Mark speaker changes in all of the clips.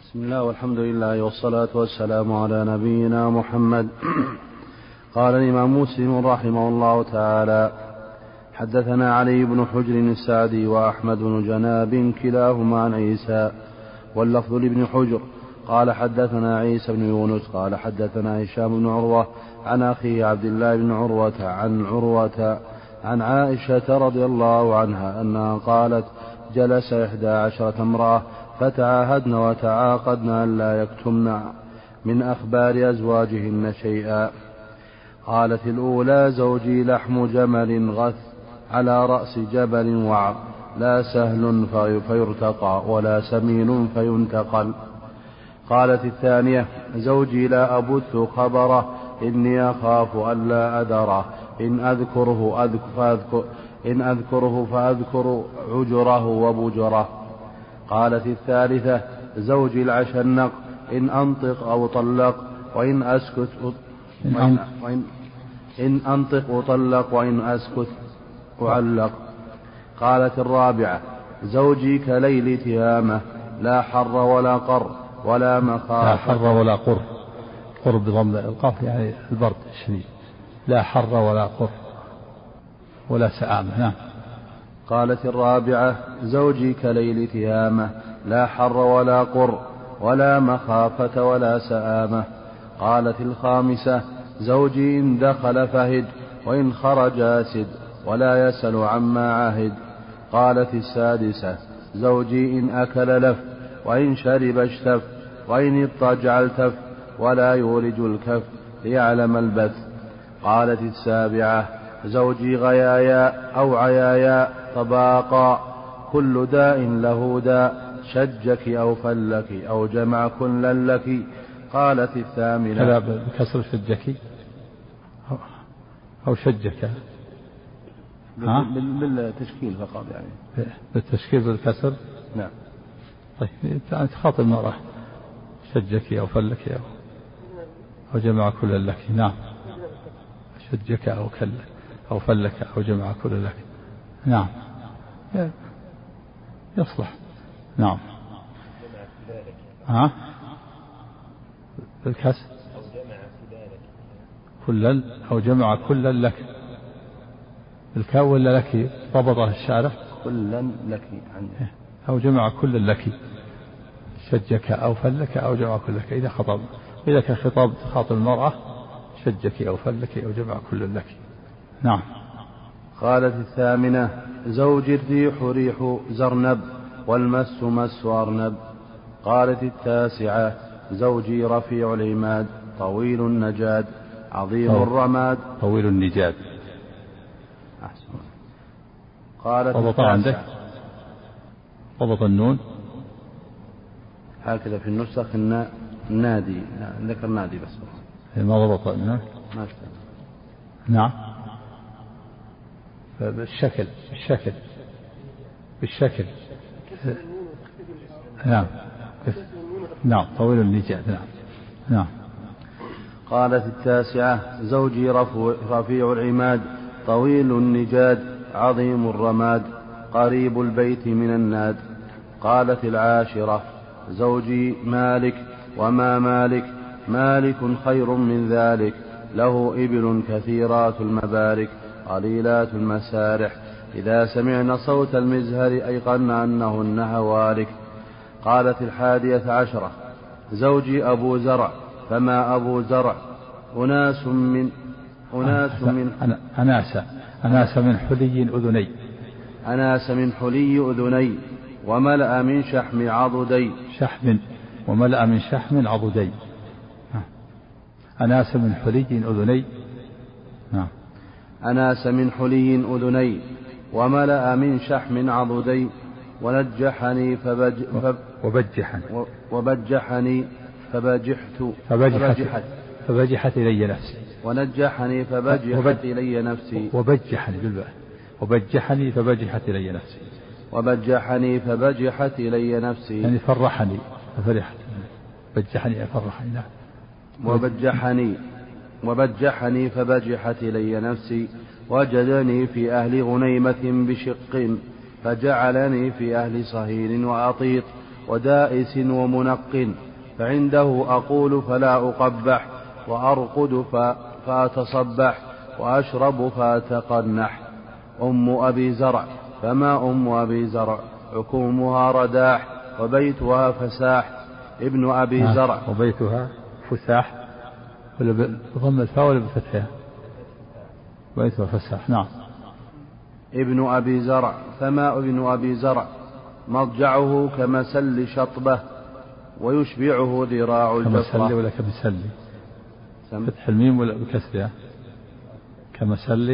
Speaker 1: بسم الله والحمد لله والصلاة والسلام على نبينا محمد. قال الإمام مسلم رحمه الله تعالى: حدثنا علي بن حجر السعدي وأحمد بن جناب كلاهما عن عيسى، واللفظ لابن حجر قال حدثنا عيسى بن يونس قال حدثنا هشام بن عروة عن أخيه عبد الله بن عروة عن عائشة رضي الله عنها أنها قالت: جلس 11 امرأة فتعاهدن وتعاقدن أن لا يكتمن من أخبار أزواجهن شيئا. قالت الأولى: زوجي لحم جمل غث على رأس جبل وعر، لا سهل فيرتقى ولا سمين فينتقل. قالت الثانية: زوجي لا أبث خبره، إني أخاف ألا أذره، إن أذكره فأذكر عجره وبجره. قالت الثالثة: زوجي العشنق، إن أنطق أو طلق وإن أسكت إن أنطق أطلق وإن أسكت أعلق. قالت الرابعة: زوجي كليل تهامة، لا حر ولا قر ولا مخافة.
Speaker 2: لا حر ولا قر، قر بضم القاف يعني البرد الشديد، لا حر ولا قر ولا سآمة. نعم.
Speaker 1: قالت الرابعة: زوجي كليل تهامة، لا حر ولا قر ولا مخافة ولا سآمة. قالت الخامسة: زوجي إن دخل فهد وإن خرج أسد، ولا يسأل عما عهد. قالت السادسة: زوجي إن أكل لف وإن شرب اشتف وإن اضطجع التف، ولا يولج الكف ليعلم البث. قالت السابعة: زوجي غيايا أو عيايا طباقا، كل داء له داء، شجك أو فلك أو جمع كلا لك. قالت الثامنة:
Speaker 2: هذا بكسر شجك أو شجك؟
Speaker 1: بالتشكيل فقط يعني.
Speaker 2: بالتشكيل بالكسر.
Speaker 1: نعم.
Speaker 2: طيب تخاطب المرأة: شجك أو فلك أو جمع كلا لك. نعم. شجك أو كلك أو فلك أو جمع كلا لك. نعم، يصلح. نعم. بالكسر كلا أو جمع كلا لك. الكاء ولا لك ضبطه الشارع؟
Speaker 1: كلا لك
Speaker 2: أو جمع كلا لك، شجك أو فلك أو جمع كلا لك. إذا خطب، إذا كان خطاب تخاطب المرأة: شجك أو فلك أو جمع كلا لك. نعم.
Speaker 1: قالت الثامنة: زوجي الريح ريح زرنب، والمس مس أرنب. قالت التاسعة: زوجي رفيع العماد، طويل النجاد، عظيم الرماد.
Speaker 2: طويل النجاد.
Speaker 1: أحسن. قالت
Speaker 2: ضبط عندك؟ ضبط النون
Speaker 1: هكذا في النسخ النادي، ذكر نادي بس
Speaker 2: ما ضبط النون.
Speaker 1: ما اشتغل.
Speaker 2: نعم. بالشكل. نعم. نعم. طويل النجاد. نعم. نعم.
Speaker 1: قالت التاسعة: زوجي رفيع العماد، طويل النجاد، عظيم الرماد، قريب البيت من الناد. قالت العاشرة: زوجي مالك، وما مالك؟ مالك خير من ذلك، له إبل كثيرات المبارك قليلات المسارح، إذا سمعن صوت المزهر أيقن أنهن هوارك. قالت 11: زوجي أبو زرع، فما أبو زرع؟ أناس من حلي أذني وملأ من شحم عضدي.
Speaker 2: وملأ من شحم عضدي. أناس من حلي أذني. نعم.
Speaker 1: أناس من حلي أذني وملأ من شحم عضدي، ونجحني وبجحني
Speaker 2: فبجحت إلي نفسي.
Speaker 1: ونجحني فبجحت إلي نفسي.
Speaker 2: وبجحني فبجحت إلي نفسي.
Speaker 1: وبجحني فبجحت إلي نفسي
Speaker 2: يعني فرحني ففرحت. بجحني فرحني. نعم.
Speaker 1: وبجحني فبجحت إلي نفسي. وجدني في أهل غنيمة بشق، فجعلني في أهل صهيل وأطيط، ودائس ومنق، فعنده أقول فلا أقبح، وأرقد فأتصبح، وأشرب فأتقنح. أم أبي زرع، فما أم أبي زرع؟ عكومها رداح، وبيتها فساح. ابن أبي زرع،
Speaker 2: وبيتها فساح، ولا بضم الفاء ولا بفتحها؟ بيتها فساح. نعم.
Speaker 1: ابن أبي زرع، فما ابن أبي زرع؟ مضجعه كمسل شطبة، ويشبعه ذراع الجفرة.
Speaker 2: كمسل ولا كمسلي؟ فتح الميم ولا بكسرها؟ كمسلي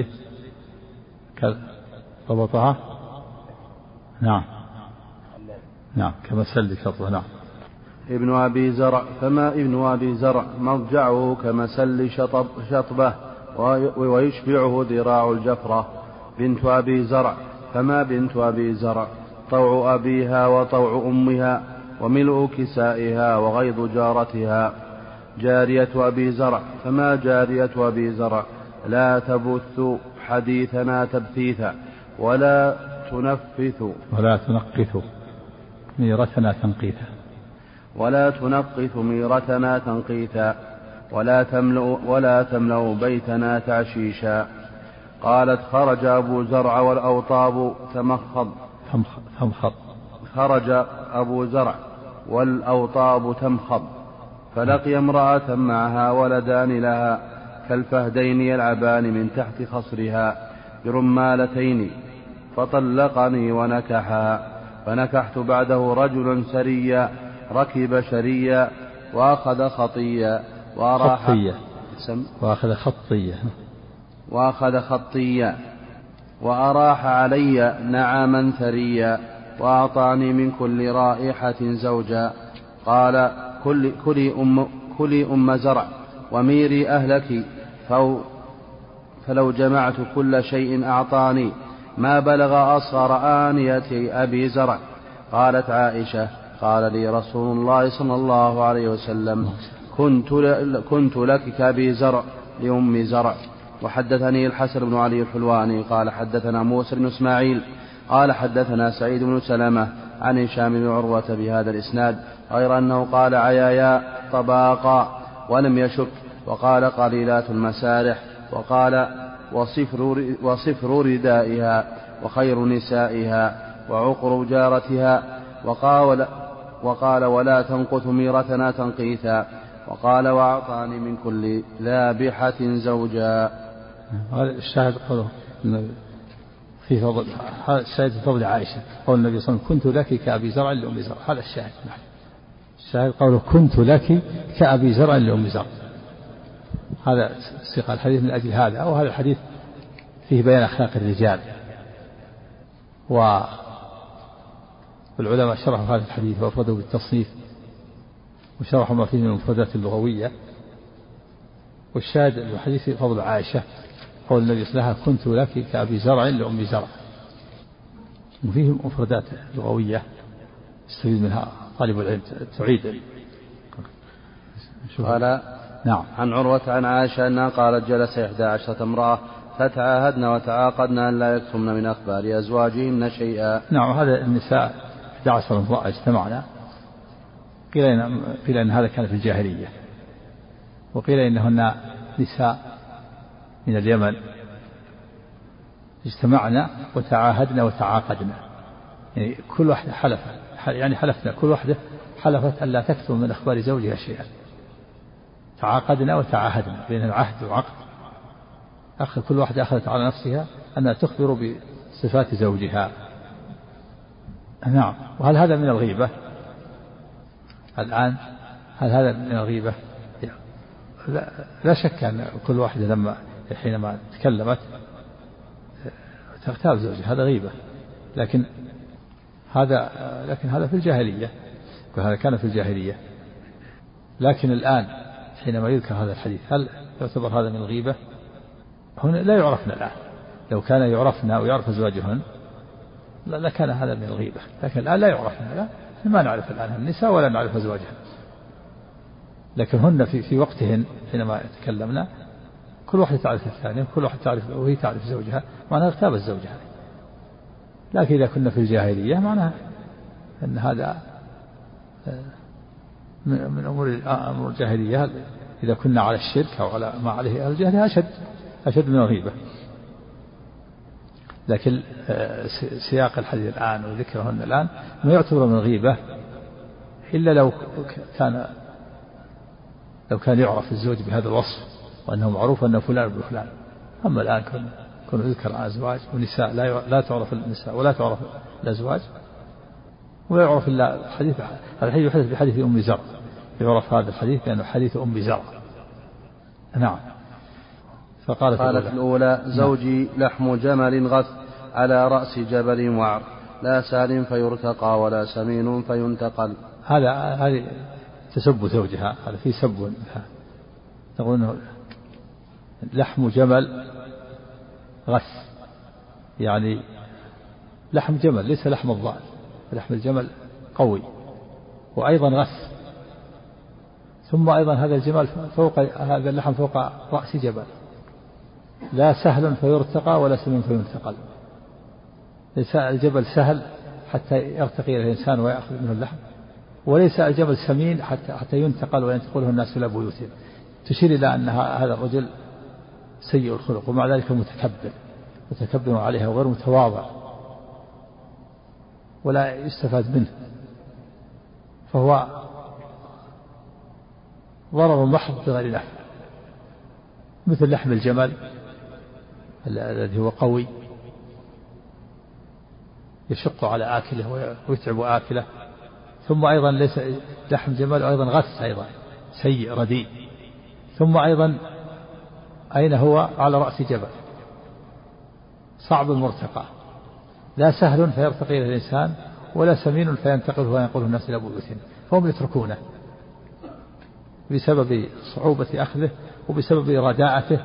Speaker 2: ضبطها. نعم نعم كمسلي شطبة. نعم.
Speaker 1: ابن أبي زرع، فما ابن أبي زرع؟ مضجعه كمسل شطبة، ويشبعه ذراع الجفرة. بنت أبي زرع، فما بنت أبي زرع؟ طوع أبيها وطوع أمها، وملء كسائها وغيظ جارتها. جارية أبي زرع، فما جارية أبي زرع؟ لا تبث حديثنا تبثيثا، ولا تنقث ميرتنا تنقيثا، ولا تملأ بيتنا تعشيشا. قالت: خرج أبو زرع والأوطاب تمخض. خرج أبو زرع والأوطاب تمخض، فلقي امرأة معها ولدان لها كالفهدين يلعبان من تحت خصرها برمالتين، فطلقني ونكحها. فنكحت بعده رجلا سريا ركب شريا، وأخذ خطيا وأراح علي نعاما ثريا، وأعطاني من كل رائحة زوجا. قال: كلي أم زرع وميري أهلك، فلو جمعت كل شيء أعطاني ما بلغ أصغر آنية أبي زرع. قالت عائشة: قال لي رسول الله صلى الله عليه وسلم: كنت لك كأبي زرع لأم زرع. وحدثني الحسن بن علي الحلواني قال حدثنا موسى بن إسماعيل قال حدثنا سعيد بن سلمة عن هشام بن عروة بهذا الإسناد، غير أنه قال عيايا طباقا ولم يشك، وقال قليلات المسارح، وقال وصفر ردائها، وخير نسائها، وعقر جارتها، وقال ولا تنقث ميرتنا تنقيثا، وقال وأعطاني من كل ذابحة زوجا.
Speaker 2: هذا الشاهد قوله في فضل، هذا الشاهد في فضل عائشة، قول النبي صلى الله عليه وسلم: كنت لك كأبي زرع لأم زرع. هذا الشاهد. الشاهد قوله: كنت لك كأبي زرع لأم زرع. هذا سياق الحديث من أجل هذا، أو هذا الحديث فيه بيان أخلاق الرجال، والعلماء شرحوا هذا الحديث وأفردوا بالتصنيف، وشرحوا ما فيه من المفردات اللغوية. والشاهد الحديث في فضل عائشة، قول النبي صلى الله عليه وسلم: كنت لك كأبي زرع لأم زرع. وفيه مفردات لغوية يستفيد منها طالب العلم تعيد.
Speaker 1: قال: نعم. عن عروة عن عائشة أنها قالت: جلس 11 امرأة فتعاهدن وتعاقدن أن لا يكتمن من أخبار أزواجهن شيئا.
Speaker 2: نعم. هذا النساء 11 امرأة اجتمعنا، قيل إن هذا كان في الجاهلية، وقيل إنهن نساء من اليمن اجتمعنا وتعاهدنا وتعاقدنا، يعني كل واحدة حلفنا كل واحدة حلفت أن لا تكتم من أخبار زوجها شيئا. تعاقدنا وتعاهدنا بين العهد والعقد، كل واحدة أخذت على نفسها أنها تخبر بصفات زوجها. نعم. وهل هذا من الغيبة الآن؟ هل هذا من الغيبة؟ لا شك أن كل واحدة لما حينما تكلمت تغتاب زوجها، هذا غيبة، لكن هذا في الجاهلية، وهذا كان في الجاهلية. لكن الآن حينما يذكر هذا الحديث هل يعتبر هذا من الغيبة؟ هنا لا يعرفنا الآن، لو كان يعرفنا ويعرف أزواجهن لكان هذا من الغيبة، لكن الآن لا يعرفنا، لا ما نعرف الآن النساء ولا نعرف أزواجهن، لكن هن في وقتهن حينما تكلمنا كل واحد تعرف الثانية، كل واحد تعرف وهي تعرف زوجها، معناها اغتابت زوجها. لكن إذا كنا في الجاهلية معناها أن هذا من أمور الجاهلية إذا كنا على الشرك أو على ما عليه الجاهلية أشد من الغيبة. لكن سياق الحديث الآن وذكرهن الآن ما يعتبر من الغيبة إلا لو كان يعرف الزوج بهذا الوصف وأنه معروف أنه فلان ابن فلان. أما الآن كن يذكر عن أزواج ونساء لا تعرف النساء ولا تعرف الأزواج، ويعرف إلا الحديث يحدث بحديث أم زرع، يعرف هذا الحديث بأنه حديث أم زرع. نعم.
Speaker 1: قالت الأولى زوجي لحم جمل غث على رأس جبل وعر، لا سال فيرتقى ولا سمين فينتقل.
Speaker 2: هذه تسب زوجها، هذا في سب لها. تقول إنه لحم جمل غث، يعني لحم جمل ليس لحم الضأن، لحم الجمل قوي وأيضا غث، ثم أيضا هذا الجمل هذا اللحم فوق رأس جبل، لا سهل فيرتقى ولا سمين فينتقل. ليس الجبل سهل حتى يرتقي الإنسان ويأخذ منه اللحم، وليس الجبل سمين حتى ينتقل وينتقله الناس إلى بيوتهم. تشير إلى أن هذا الرجل سيء الخلق ومع ذلك متكبر عليها وغير متواضع ولا يستفاد منه، فهو ضرر محض بغير نفع، مثل لحم الجمل الذي هو قوي يشق على آكله ويتعب آكله، ثم أيضا ليس لحم جمل أيضا غث أيضا سيء رديء، ثم أيضا أين هو على رأس جبل صعب المرتقى، لا سهل فيرتقي إلى الإنسان ولا سمين فينتقل وينقله الناس إلى بيوتهم، فهم يتركونه بسبب صعوبة أخذه وبسبب رداءته.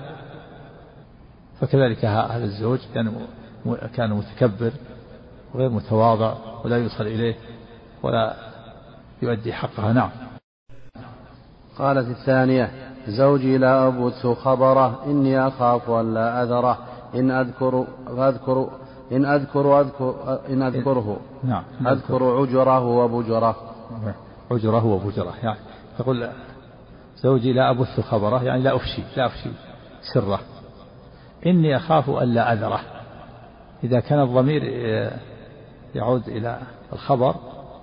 Speaker 2: فكذلك هذا الزوج كان متكبر وغير متواضع ولا يوصل إليه ولا يؤدي حقها. نعم.
Speaker 1: قالت الثانية زوجي لا أبث خبره إني أخاف أن لا أذره إن أذكره
Speaker 2: نعم.
Speaker 1: أذكر عجره
Speaker 2: وبجره يعني تقول زوجي لا أبث خبره يعني لا أفشي سره، إني أخاف أن لا أذره. إذا كان الضمير يعود إلى الخبر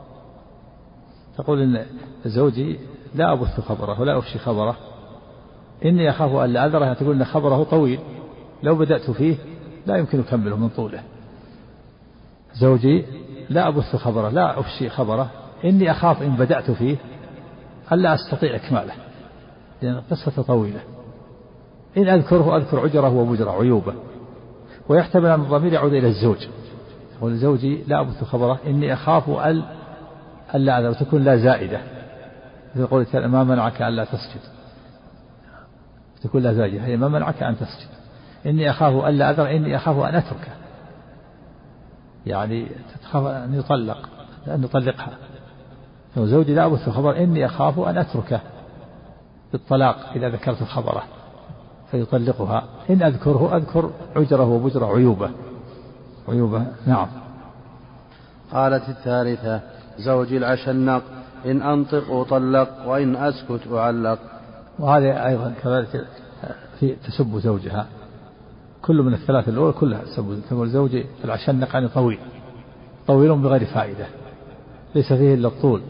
Speaker 2: تقول إن زوجي لا أبث خبره ولا أفشي خبره، إني أخاف أن لا أذره تقول إن خبره طويل لو بدأت فيه لا يمكن أكمله من طوله. زوجي لا أبث خبره لا أفشي خبره إني أخاف إن بدأت فيه ألا أستطيع إكماله لأن القصة طويلة. إن أذكره أذكر عجره وبجره عيوبه، ويحتمل أن الضمير يعود إلى الزوج. يقول زوجي لا أبث خبره إني أخاف ألا أذر وتكون لا زائدة، يقول ما منعك ألا تسجد، تكون لا زائدة هي ما منعك أن تسجد. إني أخاف ألا أذر إني أخاف أن أتركه، يعني تخاف أن يطلقها. زوجي لا أبث خبر إني أخاف أن أتركه بالطلاق إذا ذكرت خبره فيطلقها. إن أذكره أذكر عجره وبجره عيوبه. نعم.
Speaker 1: قالت الثالثة زوجي العشنق إن أنطق أطلق وإن أسكت أعلق.
Speaker 2: وهذا أيضا كذلك في تسب زوجها، كل من الثلاثة الأولى كلها تسب. تقول زوجي العشنق يعني طويل بغير فائدة ليس فيه إلا الطول.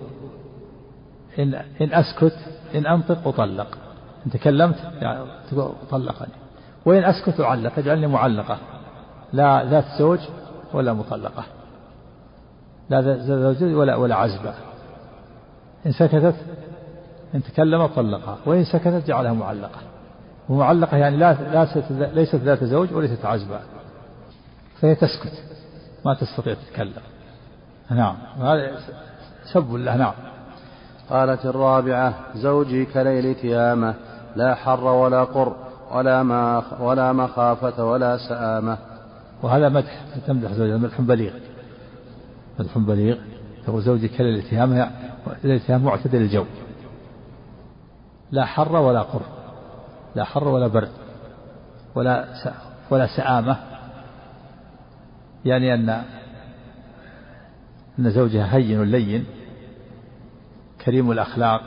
Speaker 2: إن أسكت إن أنطق أطلق، إن تكلمت يعني تقول طلقني، وإن أسكت أعلق اجعلني معلقة لا ذات زوج ولا مطلقة، لا ذات زوج ولا عزبة. إن سكتت إن تكلمت طلقها، وإن سكتت جعلها معلقة. ومعلقة يعني ليست ذات زوج وليست عزبة، فهي تسكت ما تستطيع تتكلم. نعم. هذا سب له. نعم.
Speaker 1: قالت الرابعة زوجي كليل تيامة لا حر ولا قر ولا مخافة ولا سآمة.
Speaker 2: وهذا مدح تمدح زوجها مدح بليغ. تقول زوجي كليل تيامة معتدل الجو، لا حر ولا قر، لا حر ولا برد ولا سآمة، يعني أن زوجها هين لين كريم الأخلاق،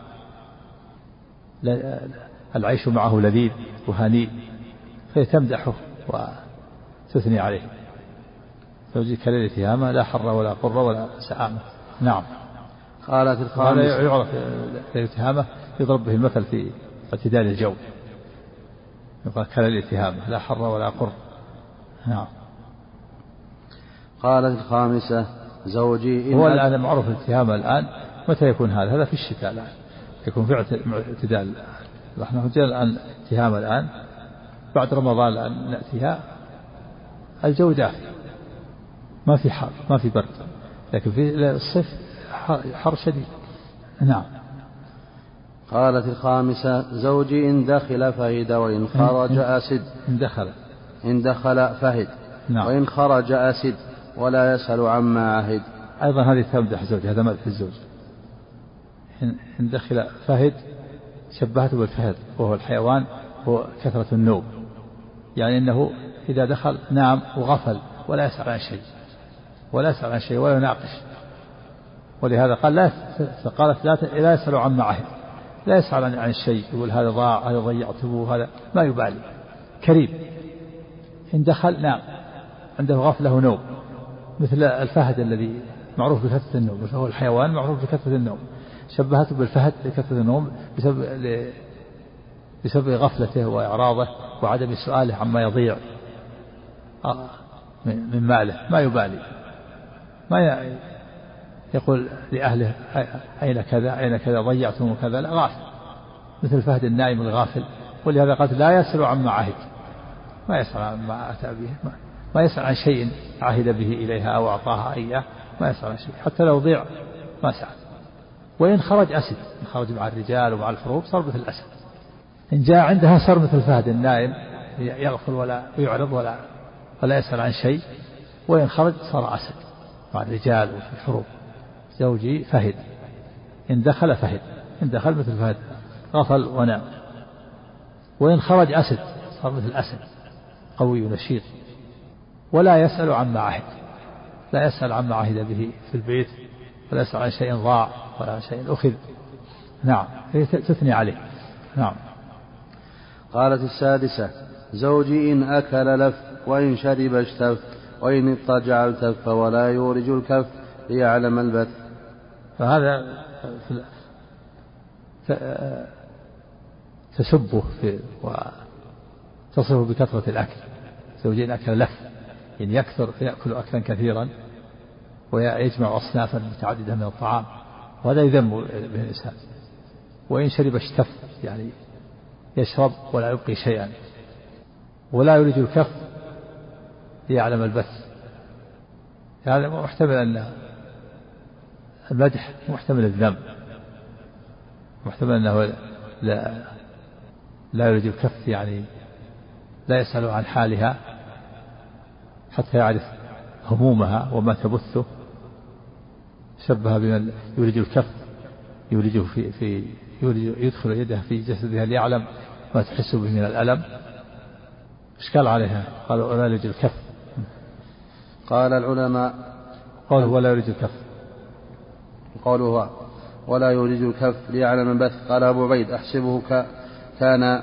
Speaker 2: العيش معه لذيذ وهنيء، فتمدحه وتثني عليه. زوجي كليل التهامة لا حر ولا قر ولا سآمة. نعم.
Speaker 1: قالت الخامسة.
Speaker 2: هذا يعرف التهامة يضرب به المثل في اعتدال الجو، يقال كليل التهامة لا حر ولا قر. نعم.
Speaker 1: قالت الخامسة زوجي
Speaker 2: هو الآن معروف الاتهامة الآن متى يكون هذا في الشتاء الآن يكون في اعتدال. نحن الآن اتهامة الآن بعد رمضان الآن نأتيها الجو دافئ ما في حر ما في برد، لكن في الصيف حر شديد. نعم.
Speaker 1: قالت الخامسة زوجي إن دخل فهد وإن خرج أسد. إن دخل فهد. نعم. وإن خرج أسد ولا يسأل عما عهد.
Speaker 2: أيضا هذه تمدح زوجها، هذا مدح الزوج. إن دخل فهد شبهته بالفهد وهو الحيوان هو كثرة النوم، يعني إنه إذا دخل نام وغفل ولا يسأل عن شيء ولا يناقش. ولهذا قالت لا يسأل عما عهد، لا يسأل عن الشيء، يقول هذا ضاع هذا ضيعته هذا ما يبالي. كريم إن دخل نام عنده غفلة ونوم، مثل الفهد الذي معروف بكثرة النوم، هو الحيوان معروف بكثرة النوم، شبهته بالفهد لكثرة النوم بسبب غفلته وإعراضه وعدم سؤاله عما يضيع من ماله، ما يبالي، ما يقول لأهله أين كذا ضيعتم كذا، لا، غافل مثل الفهد النائم الغافل. ولهذا قالت لا يسأل عما عهد، ما يسأل عما أتى به، ما يسأل عن شيء عهد به إليها أو أعطاها إياه، ما يسأل عن شيء حتى لو ضيع ما سأل. وإن خرج أسد، إن خرج مع الرجال ومع الحروب صار مثل الأسد. إن جاء عندها صار مثل الفهد النائم يغفل ولا يعرض ولا يسأل عن شيء. وإن خرج صار أسد مع الرجال وفي الحروب. زوجي فهد إن دخل فهد، إن دخل مثل فهد غفل ونام. وإن خرج أسد صار مثل أسد قوي ونشيط ولا يسأل عما عهد، لا يسأل عما عهد به في البيت، ولا يسأل عن شيء ضاع ولا عن شيء أخذ. نعم. هي تثني عليه. نعم.
Speaker 1: قالت السادسة زوجي إن أكل لف وإن شرب اشتف وإن اضطجع التف ولا يورج الكف ليعلم البث.
Speaker 2: فهذا تسبه وتصفه بكثرة الأكل. زوجين أكل لف يعني يأكل أكلا كثيرا ويجمع أصنافا متعددة من الطعام، وهذا يذم به الإنسان. وإن شرب اشتف يعني يشرب ولا يبقي شيئا، ولا يريد الكف ليعلم البث. هذا محتمل أن المدح محتمل الذم، محتمل أنه لا يريد الكف يعني لا يسأل عن حالها حتى يعرف همومها وما تبثه. شبه بمن يريد الكف يريده يدخل يده في جسدها ليعلم ما تحس به من الألم. إشكال عليها، قالوا ولا يريد الكف.
Speaker 1: قال العلماء
Speaker 2: قوله ولا يريد الكف،
Speaker 1: قوله ولا يريد الكف ليعلم البث. قال أبو عبيد أحسبه كان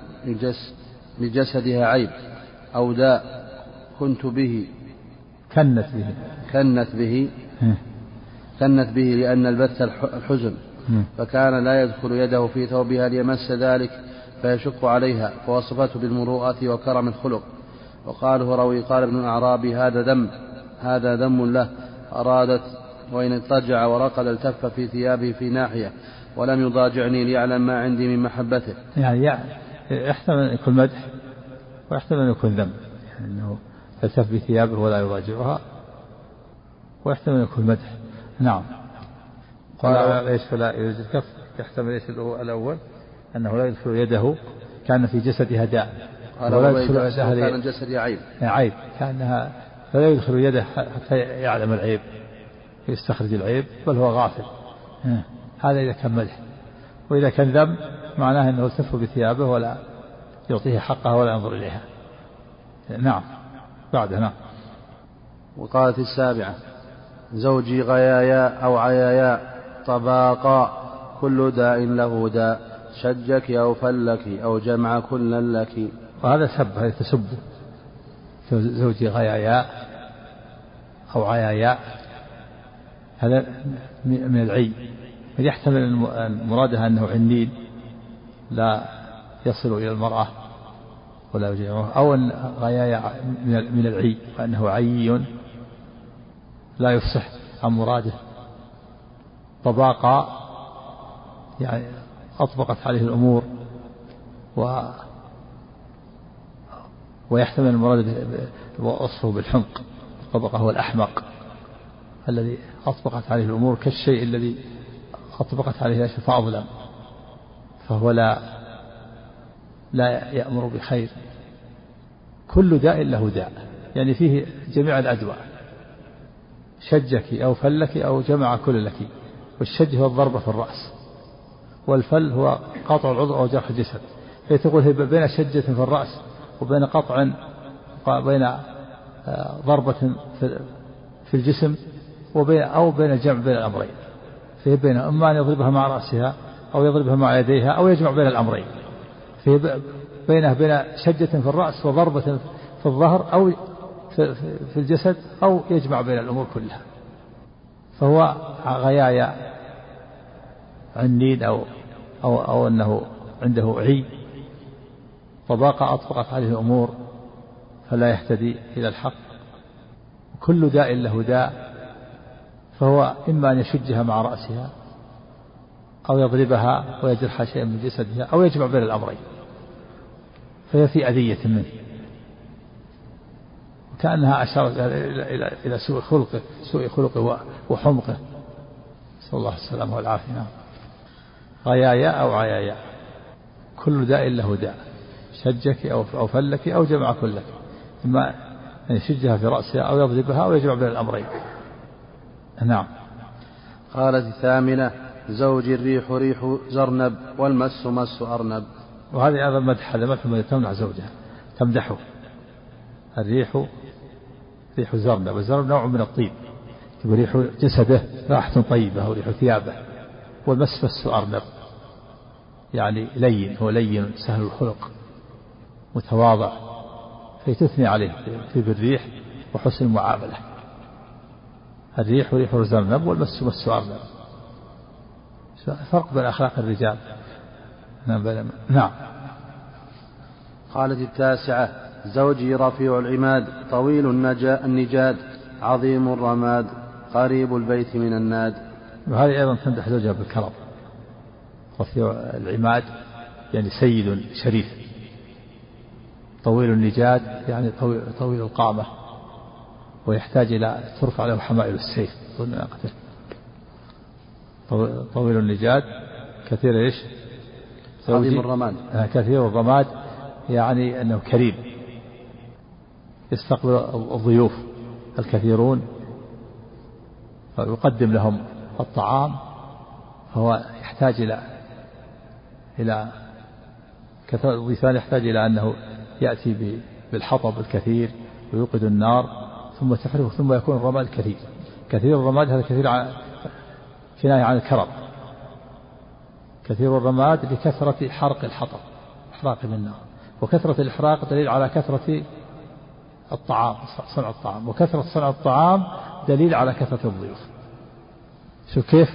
Speaker 1: لجسدها عيب أو داء كنت به لأن البث الحزن، فكان لا يدخل يده في ثوبها ليمس ذلك فيشق عليها، فوصفته بالمروءة وكرم الخلق. وقاله روي قال ابن الأعرابي هذا ذم له. أرادت وإن اضطجع ورقد التف في ثيابه في ناحية ولم يضاجعني ليعلم ما عندي من محبته.
Speaker 2: يعني يحتمل أن يكون مدح ويحتمل أن يكون ذم، يعني أنه يلتف بثيابه ولا يضاجعها، ويحتمل أن يكون مدح. نعم. قال ليش فلا يريد الكف، يحتمل ايش الأول أنه لا يدخل يده كان في جسدها داء،
Speaker 1: ولا يدخل كان جسدها
Speaker 2: عيب كأنها فلا يدخل يده حتى يعلم العيب يستخرج العيب، بل هو غافل. هذا إذا كان مدح. وإذا كان ذم معناه أنه يلتف بثيابه ولا يعطيه حقها ولا ينظر إليها. نعم. بعدها.
Speaker 1: وقالت السابعة زوجي غيايا أو عيايا طباقا كل داء له داء شجك أو فلك أو جمع كلا لك.
Speaker 2: وهذا سب، هذا تسب زوجي غياياء أو عياياء، هذا من العي. يحتمل المرادها أنه عنين لا يصل إلى المرأة ولا يجيعه، أو أن غياياء من العي وأنه عي لا يفصح عن مراده. طباقا يعني أطبقت عليه الأمور، ويحتمل المراد وصفه بالحمق. الطبقة هو الأحمق الذي أطبقت عليه الأمور كالشيء الذي أطبقت عليه الأشياء فأظلم، فهو لا يأمر بخير. كل داء له داء، يعني فيه جميع الأدواء. شجك أو فلك أو جمع كل لك. والشج هو الضربة في الرأس، والفل هو قطع العضو أو جرح الجسد. فتقول بين شجة في الرأس وبين قطع، بين ضربة في الجسم أو بين الجمع بين الأمرين. فهي بين إما أن يضربها مع رأسها أو يضربها مع يديها أو يجمع بين الأمرين. فهي بين شجة في الرأس وضربة في الظهر أو في الجسد، أو يجمع بين الأمور كلها. فهو غيايا عنين أو أنه عنده عي. طباقة أطبقت عليه الأمور فلا يهتدي إلى الحق. كل داء له داء، فهو إما أن يشجها مع رأسها أو يضربها ويجرح شيئا من جسدها أو يجمع بين الأمرين، فهي في أذية منه. كأنها أشارت إلى سوء خلقه وحمقه، نسأل الله السلامة والعافية. غيايا أو عيايا، كل داء له داء. شجك أو فلك أو جمع كلك، إما أن يشجها في رأسها أو يضربها أو يجمع بين الأمرين. نعم.
Speaker 1: قالت الثامنة: زوج الريح ريح زرنب والمس مس أرنب.
Speaker 2: وهذه أيضا مدح، هذا مدح تمنع زوجها، تمدحه. الريح ريح زرنب، والزرنب نوع من الطيب، ريح جسده راحة طيبة أو ريح ثيابه. والمس مس أرنب يعني لين، هو لين سهل الخلق متواضع، فتثني عليه في بالريح وحسن المعاملة. الريح ريح زرنب والمس مس أرنب. فرق بين أخلاق الرجال. نعم.
Speaker 1: قالت التاسعة: زوجي رفيع العماد طويل النجاد عظيم الرماد قريب البيت من الناد.
Speaker 2: وهذه أيضا تمدح زوجها بالكرم. رفيع العماد يعني سيد شريف. طويل النجاد يعني طويل القامة، ويحتاج إلى ترفع له حمائل السيف. طويل النجاد كثير إيش؟
Speaker 1: عظيم الرماد.
Speaker 2: كثير الرماد يعني أنه كريم، يستقبل الضيوف الكثيرون ويقدم لهم الطعام، فهو يحتاج إلى كثرة الضيفان، يحتاج إلى أنه يأتي بالحطب الكثير ويوقد النار ثم تحرقه، ثم يكون الرماد كثير. كثير الرماد هذا كناية عن الكرم. كثير الرماد لكثرة حرق الحطب، إحراق من النار، وكثرة الإحراق دليل على كثرة الطعام، صنع الطعام، وكثرة صنع الطعام دليل على كثرة الضيوف. شو كيف؟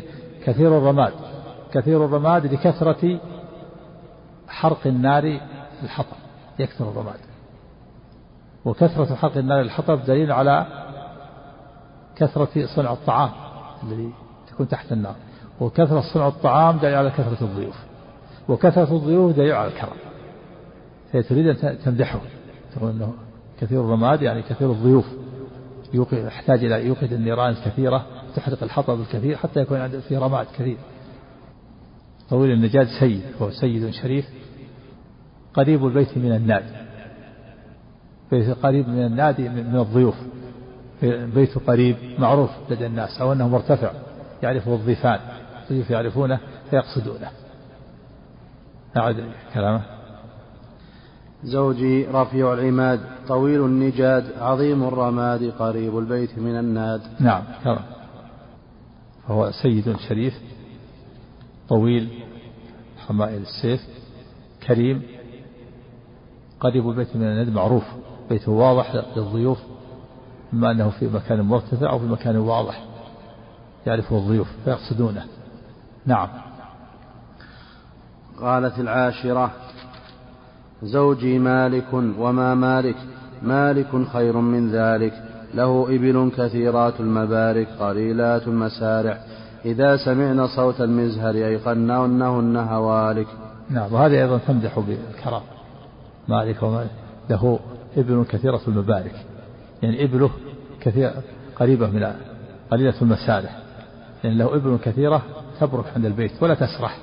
Speaker 2: كثير الرماد لكثرة حرق النار الحطب، يكثر الرماد، وكثرة حرق النار الحطب دليل على كثرة صنع الطعام الذي تكون تحت النار، وكثرة صنع الطعام دليل على كثرة الضيوف، وكثرة الضيوف دليل على الكرم. فهي تريد أن تمدحه، تقول أنه كثير الرماد يعني كثير الضيوف، يحتاج إلى يوقد النيران الكثيرة تحرق الحطب الكثير حتى يكون عنده فيه رماد كثير. طويل النجاد سيد، هو سيد شريف قريب البيت من الناد، قريب من النادي من الضيوف، بيته قريب معروف لدى الناس، أو أنه مرتفع يعرفه الضيفان، الضيوف يعرفونه فيقصدونه. أعد كلامه:
Speaker 1: زوجي رفيع العماد طويل النجاد عظيم الرماد قريب البيت من الناد.
Speaker 2: نعم. وهو سيد شريف طويل حمائل السيف كريم قريب بيت من الند معروف بيته واضح للضيوف إما أنه في مكان مرتفع أو في مكان واضح يعرفه الضيوف فيقصدونه. نعم.
Speaker 1: قالت العاشرة زوجي مالك وما مالك مالك خير من ذلك له إبل كثيرات المبارك قليلات المسارع إذا سمعنا صوت المزهر أيقن أنهن هوالك.
Speaker 2: نعم. وهذه أيضا تمدح بالكرم مالك ومالك له إبل كثيرة المبارك يعني إبله كثير قريبة من قليلة المسارع يعني له إبل كثيرة تبرك عند البيت ولا تسرح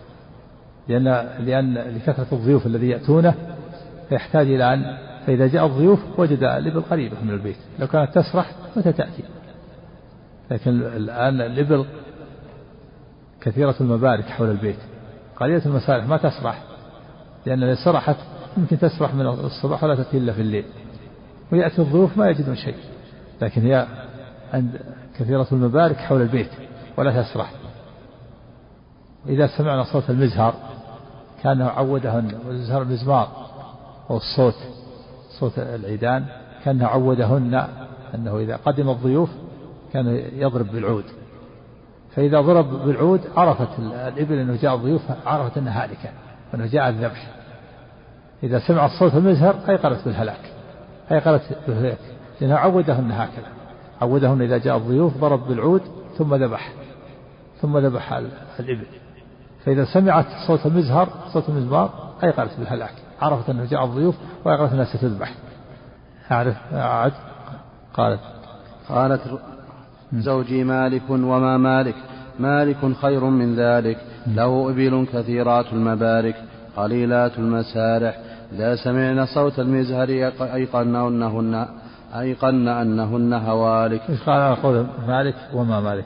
Speaker 2: لأن لكثرة الضيوف الذي يأتونه فيحتاج إلى أن فإذا جاء الضيوف وجد الإبل قريبة من البيت لو كانت تسرح متى تأتي لكن الآن الإبل كثيرة المبارك حول البيت قليلة المسارح ما تسرح لأن إذا سرحت يمكن تسرح من الصباح ولا تأتي إلا في الليل ويأتي الضيوف ما يجدون شيء لكن هي عند كثيرة المبارك حول البيت ولا تسرح. إذا سمعنا صوت المزهر كانه عودهن والمزهر المزمار والصوت صوت العيدان كانه عودهن أنه إذا قدم الضيوف كان يضرب بالعود فإذا ضرب بالعود عرفت الإبل أنه جاء الضيوف عرفت أنها هالكة وأنه جاء الذبح. إذا سمعت صوت المزهر أيقنت بالهلاك لأنه عودهن هكذا عودهن إذا جاء الضيوف ضرب بالعود ثم ذبح الإبل فإذا سمعت صوت المزهر صوت المزمار أيقنت بالهلاك عرفت أنه جاء الضيوف وأيقنت أنها ستذبح.
Speaker 1: قالت زوجي مالك وما مالك مالك خير من ذلك له إبل كثيرات المبارك قليلات المسارح إذا سمعنا صوت المزهر أيقن أنهن هوالك.
Speaker 2: إيش قال قول مالك وما مالك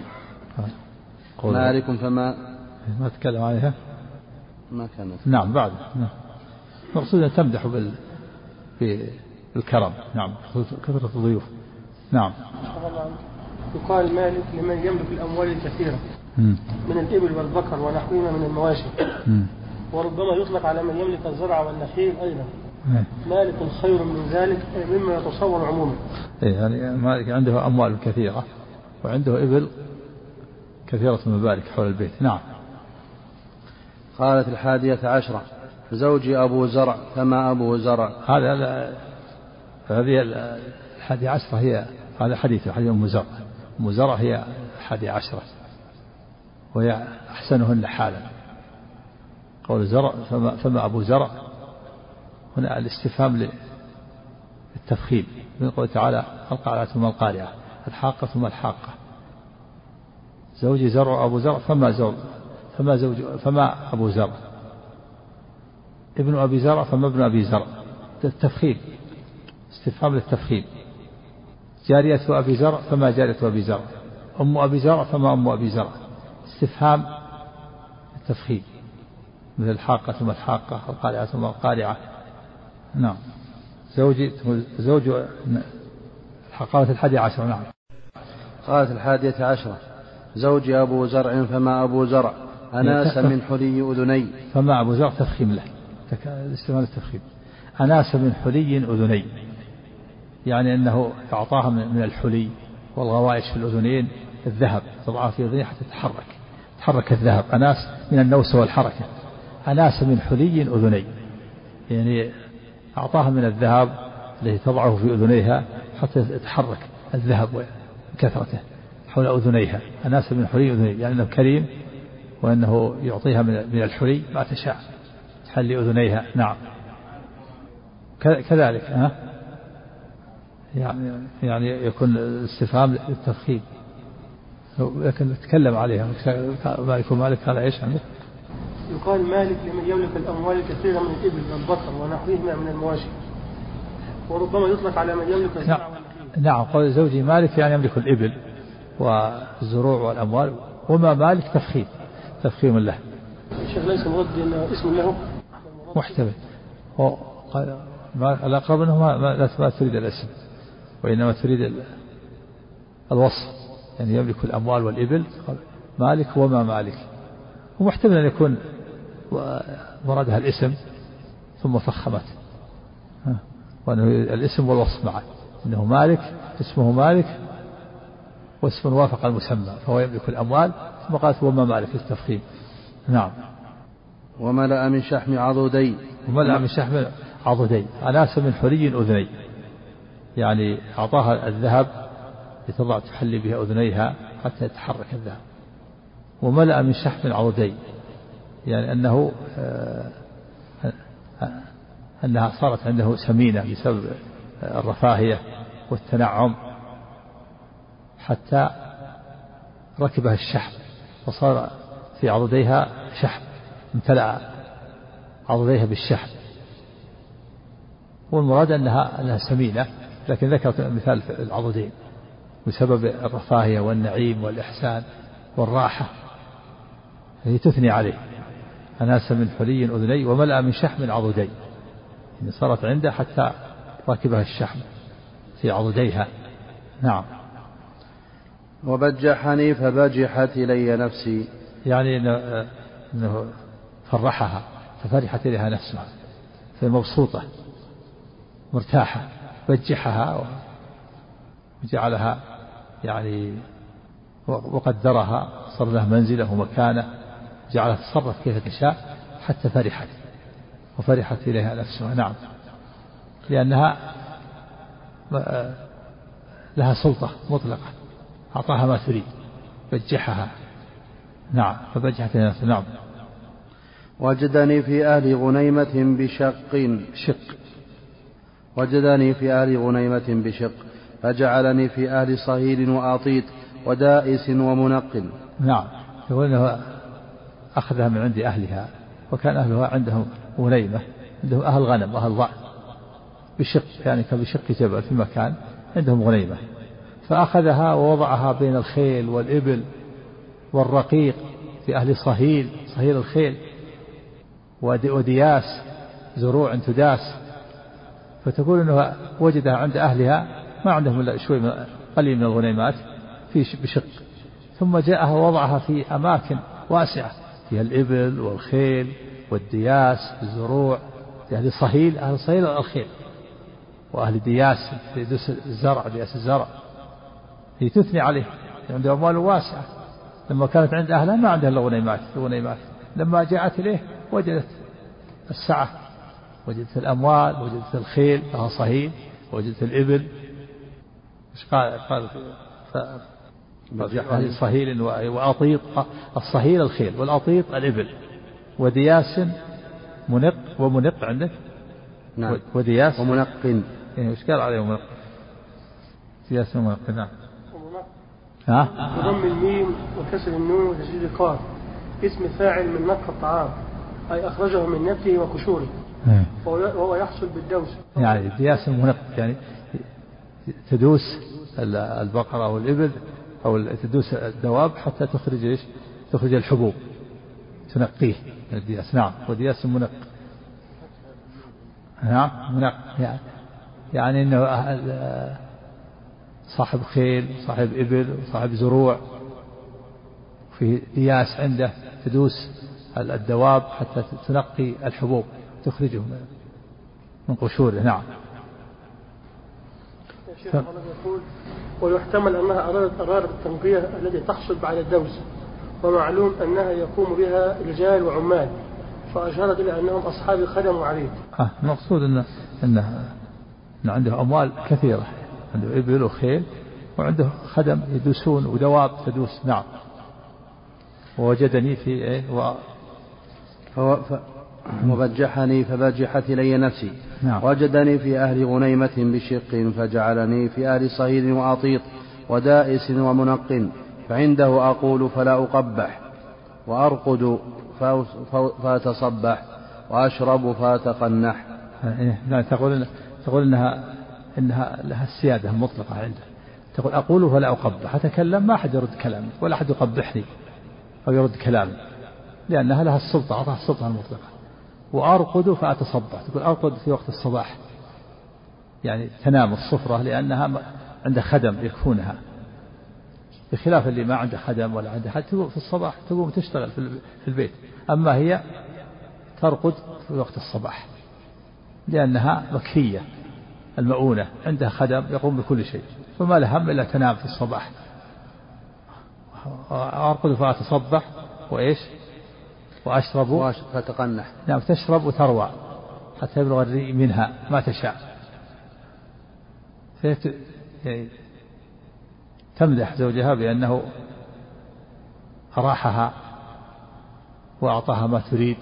Speaker 1: مالك فما
Speaker 2: ما تكلم عليها
Speaker 1: ما كانت.
Speaker 2: نعم بعد مقصود أن تمدح بالكرم. نعم كثرة الضيوف. نعم.
Speaker 3: يقال مالك لمن يملك الأموال الكثيرة من الإبل والبقر ونحوهما من المواشي وربما يطلق على من يملك الزرع والنخيل أيضا. مالك خير من ذلك مما يتصور عموما.
Speaker 2: يعني مالك عنده أموال كثيرة وعنده إبل كثيرة المبارك حول البيت. نعم.
Speaker 1: قالت 11 زوجي أبو زرع فما أبو زرع.
Speaker 2: هذه 11 هي هذا حديث أم زرع. أم زرع هي 11 وهي أحسنهن حالا. قول زرع فما أبو زرع هنا الاستفهام للتفخيم من قوله تعالى القارعة ثم القارعة الحاقة ثم الحاقة. زوجي زرع أبو زرع فما أبو زرع ابن أبي زرع فما ابن أبي زرع التفخيم استفهام للتفخيم. جارية أبي زرع فما جارية أبي زرع أم أبي زرع فما أم أبي زرع استفهام التفخيم مثل الحاقة ثم الحاقة القارعة ثم القارعة. نعم. زوج قالت 11. نعم.
Speaker 1: قالت 11 زوجي أبو زرع فما أبو زرع أناس من حلي أذني.
Speaker 2: فما أبو زرع تفخيم له الاستفهام التفخيم أناس من حلي أذني يعني أنه أعطاها من الحلي والغوائش في الأذنين الذهب تضعها في أذنيه حتى تحرك الذهب. أناس من النوس والحركة أناس من حلي أذني يعني أعطاها من الذهب الذي تضعه في أذنيها حتى يتحرك الذهب وكثرته حول أذنيها. أناس من حلي أذني يعني أنه كريم وأنه يعطيها من الحلي ما تشاء تحلي أذنيها. نعم. كذلك يعني يكون الاستفهام للتفخيم لكن نتكلم عليها. مالك قال ايش عنده؟
Speaker 3: يقال مالك لمن يملك الأموال الكثيرة من الإبل والبقر ونحوهما من المواشي وربما يطلق على من يملك الزرع والنخيل.
Speaker 2: نعم. قول زوجي مالك يعني يملك الإبل والزروع والأموال وما مالك تفخيم له.
Speaker 3: الشيخ ليس مرد أنه اسم له
Speaker 2: محتمل. الأقرب أنه ما تريد الاسم وإنما تريد الوصف يعني يملك الأموال والإبل مالك وما مالك. ومحتمل أن يكون مرادها الاسم ثم فخمت، وأنه الاسم والوصف معا، إنه مالك اسمه مالك واسم وافق المسمى فهو يملك الأموال، ثم قالت وما مالك التفخيم. نعم.
Speaker 1: وملأ من شحم عضدي،
Speaker 2: وملأ من شحم عضدي أناس من حلي أذني، يعني أعطاها الذهب لتضع تحلي بها أذنيها حتى يتحرك الذهب. وملأ من شحم عضدي يعني أنها صارت عنده سمينة بسبب الرفاهية والتنعم، حتى ركبها الشحم وصار في عضديها شحم، امتلأ عضديها بالشحم. والمراد أنها سمينة، لكن ذكرت مثال العضدين بسبب الرفاهية والنعيم والإحسان والراحة، هي تثني عليه. أناس من حلي أذني وملأ من شحم عضدي، يعني صارت عنده حتى ركبها الشحم في عضديها. نعم.
Speaker 1: وبجحني فبجحت إلي نفسي،
Speaker 2: يعني أنه فرحها ففرحت إليها نفسها، فمبسوطة مرتاحة، بجحها وجعلها يعني وقدرها، صار له منزله ومكانه، جعلها تصرف كيف تشاء حتى فرحت وفرحت إليها نفسها. نعم. لأنها لها سلطة مطلقة، أعطاها ما تريد، بجحها. نعم. فبجحت إليها نفسها. نعم.
Speaker 1: وجدني في أهل غنيمة وجدني في أهل غنيمة بشق، فجعلني في أهل صهيل وآطيط ودائس ومنقل.
Speaker 2: نعم. يقول أنه أخذها من عند أهلها، وكان أهلها عندهم غنيمة، عندهم أهل غنم وأهل ضأن بشق، يعني كبشق جبل في مكان عندهم غنيمة، فأخذها ووضعها بين الخيل والإبل والرقيق في أهل صهيل الخيل ودياس زروع تداس. فتقول أنه وجدها عند أهلها ما عندهم إلا شوي قليل من الغنيمات في بشق، ثم جاءها ووضعها في أماكن واسعة فيها الإبل والخيل والدياس الزروع في أهل صهيل الخيل، وأهل دياس دياس الزرع هي تثني عليه، عنده أموال واسعة. لما كانت عند أهلها ما عندها إلا غنيمات، لما جاءت إليه وجدت السعة، وجدت الأموال، وجدت الخيل لها صهيل، وجدت الإبل. إيش قال أهل صهيل وأطيط، الصهيل الخيل والأطيط الإبل ودياس ومنق عندك.
Speaker 1: نعم.
Speaker 2: ودياس
Speaker 1: ومنق.
Speaker 2: إيش قال عليه منق؟ دياس ومنق. نعم.
Speaker 3: بضم الميم وكسر النون وتشديد القاف، اسم فاعل من نق الطعام، أي أخرجه من نبته وقشوره، وهو يحصل بالدوس.
Speaker 2: يعني دياس منق يعني تدوس البقرة أو الإبل أو تدوس الدواب حتى تخرج الحبوب، تنقيه الدياس. نعم. ودياس منق. نعم. منق يعني أنه صاحب خيل صاحب إبل صاحب زروع، في دياس عنده تدوس الدواب حتى تنقي الحبوب تخرجه من قشوره. نعم.
Speaker 3: يقول ويحتمل أنها أرادت التنقية التي تحصل بعد الدوس، ومعلوم أنها يقوم بها رجال وعمال، فأشارت إلى أنهم أصحاب خدم وعبيد.
Speaker 2: المقصود أنه عنده أموال كثيرة، عنده إبل وخيل وعنده خدم يدوسون ودواب تدوس. نعم. ووجدني في
Speaker 1: وبجحني فبجحت إلي نفسي.
Speaker 2: نعم.
Speaker 1: وجدني في أهل غنيمة بشق، فجعلني في أهل صهيل وأطيط ودائس ومنق، فعنده أقول فلا أقبح، وأرقد فأتصبح، وأشرب فأتقنح.
Speaker 2: لا تقول إنها لها السيادة المطلقة عنده، تقول أقول فلا أقبح، أتكلم ما أحد يرد كلامي ولا أحد يقبحني أو يرد كلامي، لأنها لها السلطة، أعطاها السلطة المطلقة. وأرقد فأتصبح، تقول أرقد في وقت الصباح، يعني تنام الصفرة لأنها عند خدم يكفونها، بخلاف اللي ما عنده خدم ولا عنده حد في الصباح تقوم تشتغل في البيت. أما هي ترقد في وقت الصباح لأنها مكفية المؤونة، عندها خدم يقوم بكل شيء، فما لها هم إلا تنام في الصباح. أرقد فأتصبح وإيش وأشرب
Speaker 1: فتقنح.
Speaker 2: نعم، تشرب وتروى حتى يبلغ الريء منها ما تشاء. تمدح زوجها بأنه أراحها وأعطاها ما تريد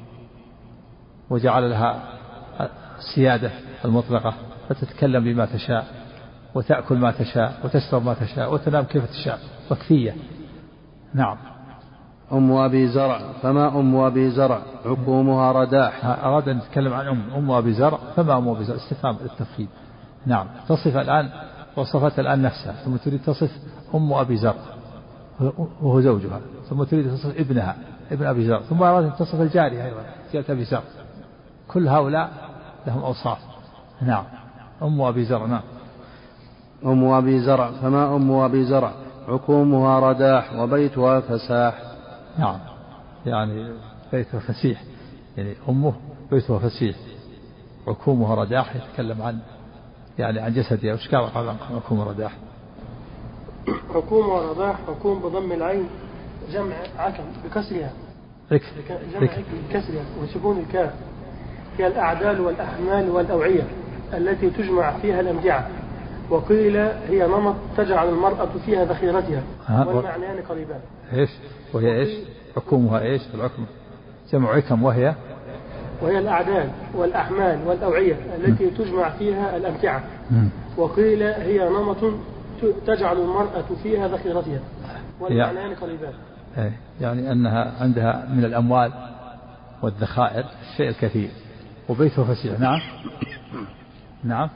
Speaker 2: وجعل لها السيادة المطلقة، فتتكلم بما تشاء وتأكل ما تشاء وتشرب ما تشاء وتنام كيف تشاء، مكفية. نعم.
Speaker 1: أم أبي زرع، فما أم أبي زرع؟ عقومها رداح.
Speaker 2: أراد أن يتكلم عن أم أبي زرع، فما أم أبي زرع؟ استفهام للتفخيم. نعم، تصف الآن وصفت الآن نفسها، ثم تريد تصف أم أبي زرع وهو زوجها، ثم تريد تصف ابنها ابن أبي زرع، ثم أراد أن تصف الجارية أيضا جارية أبي زرع. كل هؤلاء لهم أوصاف. نعم. أم أبي زرع. نعم.
Speaker 1: أم أبي زرع، فما أم أبي زرع؟ عقومها رداح وبيتها فساح.
Speaker 2: نعم، يعني بيتها فسيح، يعني أمه بيتها فسيح، عقومها رداح يتكلم عن يعني عن جسدها. وش قال عن عقوم رداح؟
Speaker 3: عقوم ورضاح، عقوم بضم العين جمع عكم بكسرها، جمع بكسرها وسكون الكاف، هي الأعدال والأحمال والأوعية التي تجمع فيها الأمتعة، وقيل هي نمط تجعل المرأة فيها ذخيرتها، والمعنيان قريبان.
Speaker 2: ايش وهي ايش؟ عقومها ايش؟ العقم جمع عكم وهي
Speaker 3: الأعدال والأحمال والأوعية التي تجمع فيها الأمتعة، وقيل هي نمط تجعل المرأة فيها ذخيرتها، والمعنيان قريبان.
Speaker 2: يعني أنها عندها من الأموال والذخائر الشيء الكثير، وبيتها فسيح. نعم. نعم.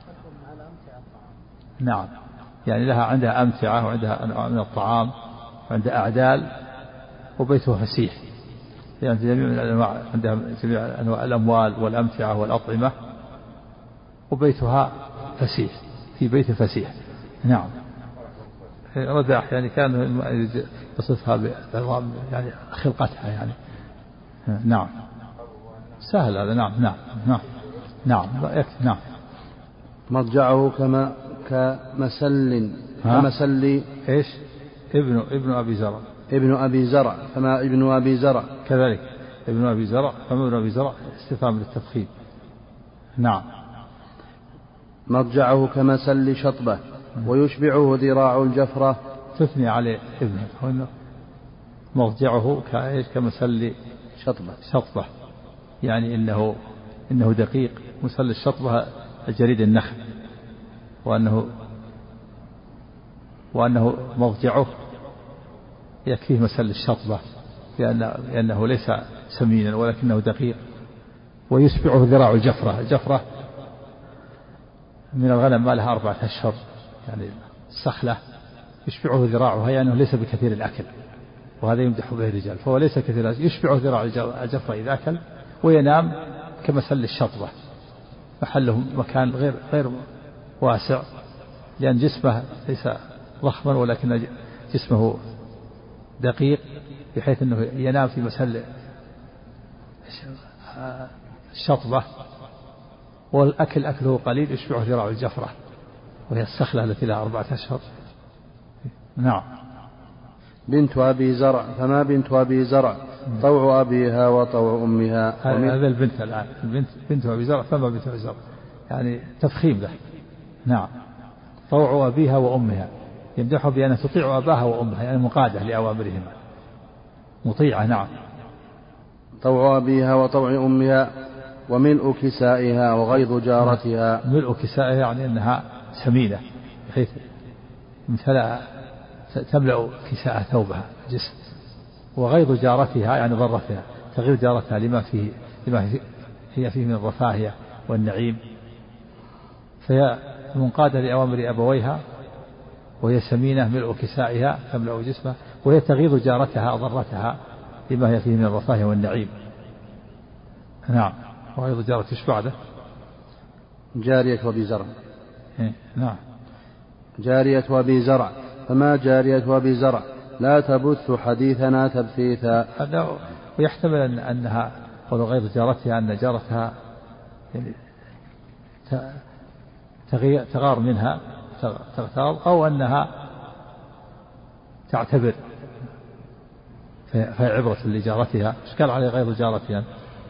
Speaker 2: نعم، يعني لها عندها أمتعة وعندها أنواع من الطعام وعندها أعدال وبيتها فسيح، يعني جميع من الأنواع، عندها جميع أنواع الأموال والأمتعة والأطعمة، وبيتها فسيح، في بيت فسيح. نعم. رداح يعني كان يصفها بعظام يعني خلقتها يعني. نعم، سهل هذا. نعم. نعم. نعم. نعم. نعم.
Speaker 1: مضجعه كمسل
Speaker 2: ايش؟ ابن أبي زرع.
Speaker 1: ابن أبي زرع، فما ابن أبي زرع؟
Speaker 2: كذلك ابن أبي زرع، فما ابن أبي زرع؟ استفهام للتفخيم. نعم.
Speaker 1: مضجعه كمسل شطبة، ويشبعه ذراع الجفرة.
Speaker 2: تثني عليه ابنه، مضجعه كمسل شطبة، يعني إنه دقيق. مسل الشطبة جريد النخل، وأنه مضجعه يكفيه مسل الشطبة، لأنه ليس سمينا ولكنه دقيق. ويشبعه ذراع الجفرة. الجفرة من الغنم ما لها 4 أشهر، يعني الصخلة يشبعه ذراعها، يعني ليس بكثير الأكل، وهذا يمدح به الرجال، فهو ليس كثير الأكل. يشبعه ذراع الجفرة إذا أكل، وينام كمسل الشطبة، محله مكان غير واسع، لأن جسمه ليس ضخما ولكن جسمه دقيق، بحيث أنه ينام في مسل الشطبة، والأكل أكله قليل يشبعه ذراع الجفرة، وهي الصخلة التي لها 4 أشهر. نعم.
Speaker 1: بنت أبي زرع، فما بنت أبي زرع؟ طوع أبيها وطوع أمها.
Speaker 2: هذا البنت الآن، بنت أبي زرع، فما بنت أبي زرع؟ يعني تفخيم له. نعم. طوع أبيها وأمها، يمدحه بأن تطيع أباها وأمها، يعني مقادة لأوامرهما، مطيعة. نعم.
Speaker 1: طوع أبيها وطوع أمها، وملء كسائها وغيظ جارتها.
Speaker 2: ملء كسائها يعني أنها سمينة، بحيث مثلا تملأ كساء ثوبها جسم. وغيظ جارتها يعني ضرتها، تغيظ جارتها لما هي فيه من الرفاهية والنعيم، فهي منقادة لأوامر أبويها، وهي سمينة ملء كسائها تملأ جسمها، وهي تغيظ جارتها ضرتها لما هي فيه من الرفاهية والنعيم. نعم. وغيظ جارتها ايش بعده؟
Speaker 1: جارية أبي زرع.
Speaker 2: نعم.
Speaker 1: جارية أبي زرع، فما جارية أبي زرع لا تبث حديثنا تبثيثا.
Speaker 2: ويحتمل أنها قول غير جارتها أن جارتها يعني تغار منها تغتاظ، أو أنها تعتبر فهي عبرة لجارتها. إيش قال عليه غير جارتها؟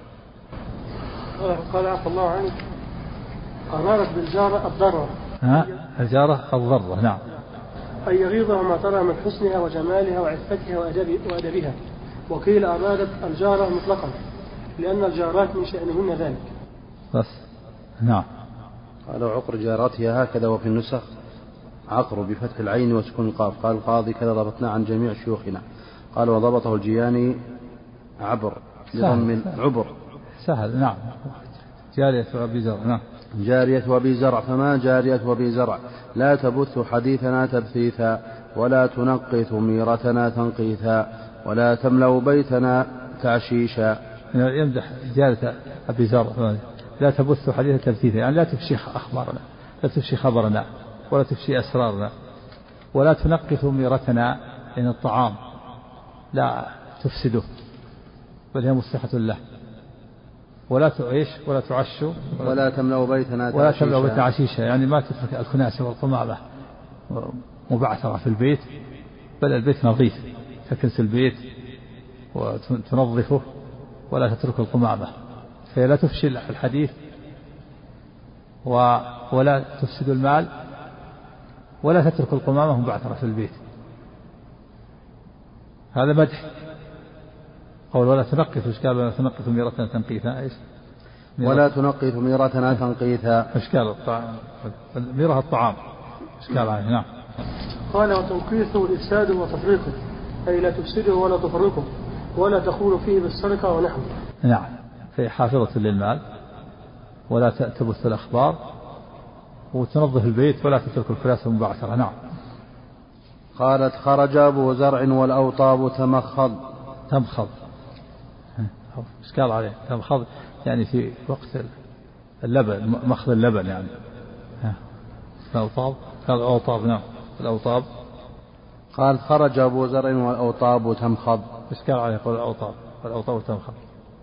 Speaker 3: قال عفى الله عنك أرادت بالجارة الضرر.
Speaker 2: الجارة الضرة. نعم.
Speaker 3: أن يغيظها ما ترى من حسنها وجمالها وعفتها وأدبها. وقيل أرادت الجارة مطلقا لأن الجارات من شأنهن ذلك
Speaker 2: بس. نعم.
Speaker 1: قالوا عقر جارتها هكذا، وفي النسخ عقر بفتح العين وسكون القاف. قال القاضي كذا ضبطنا عن جميع شيوخنا. قال وضبطه الجياني عبر بضم عبر.
Speaker 2: سهل. نعم. جارية أبي زرع. نعم.
Speaker 1: جارية أبي زرع فما جارية أبي زرع لا تبث حديثنا تبثيثا ولا تنقث ميرتنا تنقيثا ولا تملأ بيتنا تعشيشا.
Speaker 2: يمدح جارية أبي زرع لا تبث حديث تبثيثا، يعني لا تفشي أخبارنا، لا تفشي خبرنا، ولا تفشي أسرارنا. ولا تنقث ميرتنا، يعني الطعام لا تفسده بل هي مصلحة له. ولا تعيش ولا تعش
Speaker 1: ولا تملأ بيتنا
Speaker 2: ولا تملأ بيتنا عشيشا، يعني ما تترك الكناسة والقمامة مبعثرة في البيت، بل البيت نظيف، تكنس البيت وتنظفه ولا تترك القمامة، فهي لا تفشي الحديث ولا تفسد المال ولا تترك القمامة مبعثرة في البيت. هذا مدح. قول ولا تنقث، ايش قال؟ ولا تنقث ميرتنا تنقيثا. ايش؟
Speaker 1: ولا تنقث ميرتنا تنقيثا.
Speaker 2: ايش قال؟ ميرها الطعام. ايش قال عليه؟ نعم.
Speaker 3: قال وتنقيثه الافساد وتفريقه، اي لا تفسده ولا تفرقه ولا تخول فيه بالسرقه ونحوه.
Speaker 2: نعم. فهي حافظة للمال ولا تبث الأخبار وتنظف البيت ولا تترك الكراسة المبعثرة. نعم.
Speaker 1: قالت خرج أبو زرع والأوطاب
Speaker 2: تمخض. ايش قال عليه؟ تمخض يعني في وقت اللبن، مخض اللبن يعني. الأوطاب. قال الأوطاب. نعم. الأوطاب.
Speaker 1: قال خرج أبو زرع والأوطاب تمخض.
Speaker 2: ايش قال عليه؟ قال الأوطاب. الأوطاب تمخض.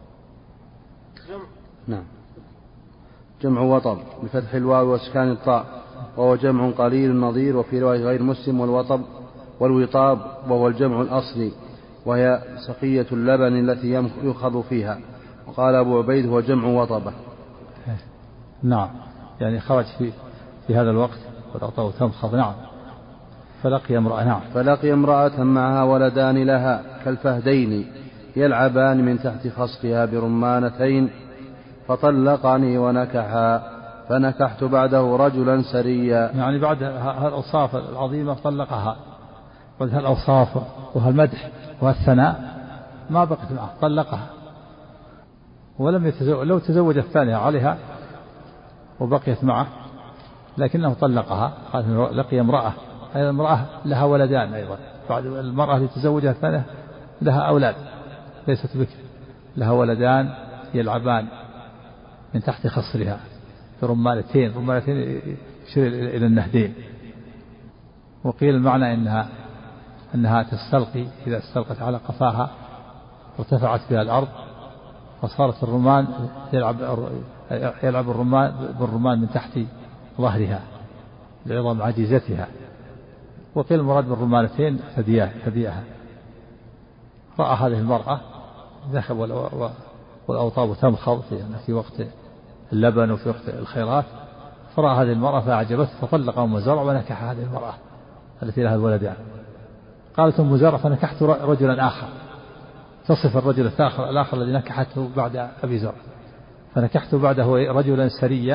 Speaker 1: نعم. جمع وطب بفتح الواو وسكان الطاء، وهو جمع قليل النظير، وفي رواية غير مسلم والوطب والوطاب وهو الجمع الأصلي، وهي سقية اللبن التي يؤخذ فيها. وقال أبو عبيد هو جمع وطبة.
Speaker 2: نعم. يعني خرج في هذا الوقت والأوطاب تمخض. نعم. فلقي امرأة. نعم.
Speaker 1: فلقي امرأة معها ولدان لها كالفهدين يلعبان من تحت خصفها برمانتين، فطلقني ونكحا، فنكحت بعده رجلا سريا.
Speaker 2: يعني بعد هالأوصاف العظيمة طلقها، بعد هالأوصاف وهالمدح وهالثناء ما بقت معه، طلقها ولم يتزوج. لو تزوج الثانية عليها وبقيت معه لكنه طلقها. قال لقي امرأة، هذه المرأة لها ولدان أيضا، بعد المرأة اللي تزوجها الثانية لها أولاد ليست بكر، لها ولدان يلعبان من تحت خصرها برمانتين يشير إلى النهدين. وقيل المعنى أنها تستلقي، إذا استلقت على قفاها وارتفعت بها الأرض فصارت الرمان يلعب الرمان بالرمان من تحت ظهرها لعظم عجيزتها. وقيل المراد بالرمانتين ثدياها. رأى هذه المرأة ذهب والأوطاب تمخض في وقت اللبن وفي وقت الخيرات، فرأى هذه المرأة فأعجبته فطلق أم زرع ونكح هذه المرأة التي لها الولدان. قالت أم زرع فنكحت رجلا آخر، تصف الرجل الآخر الذي نكحته بعد أبي زرع. فنكحت بعده رجلا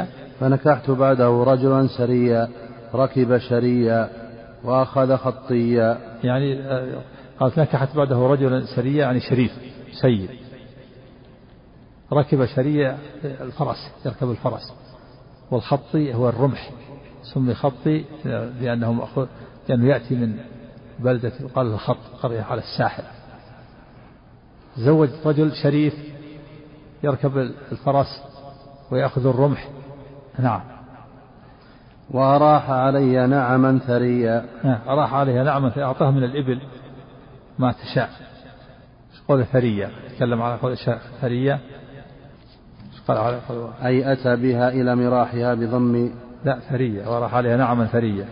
Speaker 2: سريا
Speaker 1: ركب شريا وأخذ خطيا.
Speaker 2: يعني قالت نكحت بعده رجلا سريا يعني شريف سيد. ركب شريا الفرس، يركب الفرس. والخطي هو الرمح، سمي خطي لأنه يأتي من بلدة يقال الخط، قرية على الساحل. تزوج رجل شريف يركب الفرس ويأخذ الرمح. نعم.
Speaker 1: وأراح علي نعما ثريا.
Speaker 2: أراح عليها نعما ثريا، أعطاها من الإبل ما تشاء. قول ثريا، تكلم على قول ثريا. قال على قول
Speaker 1: أي أتى بها إلى مراحها بضم.
Speaker 2: لا، ثريا، وأراح عليها نعما ثريا.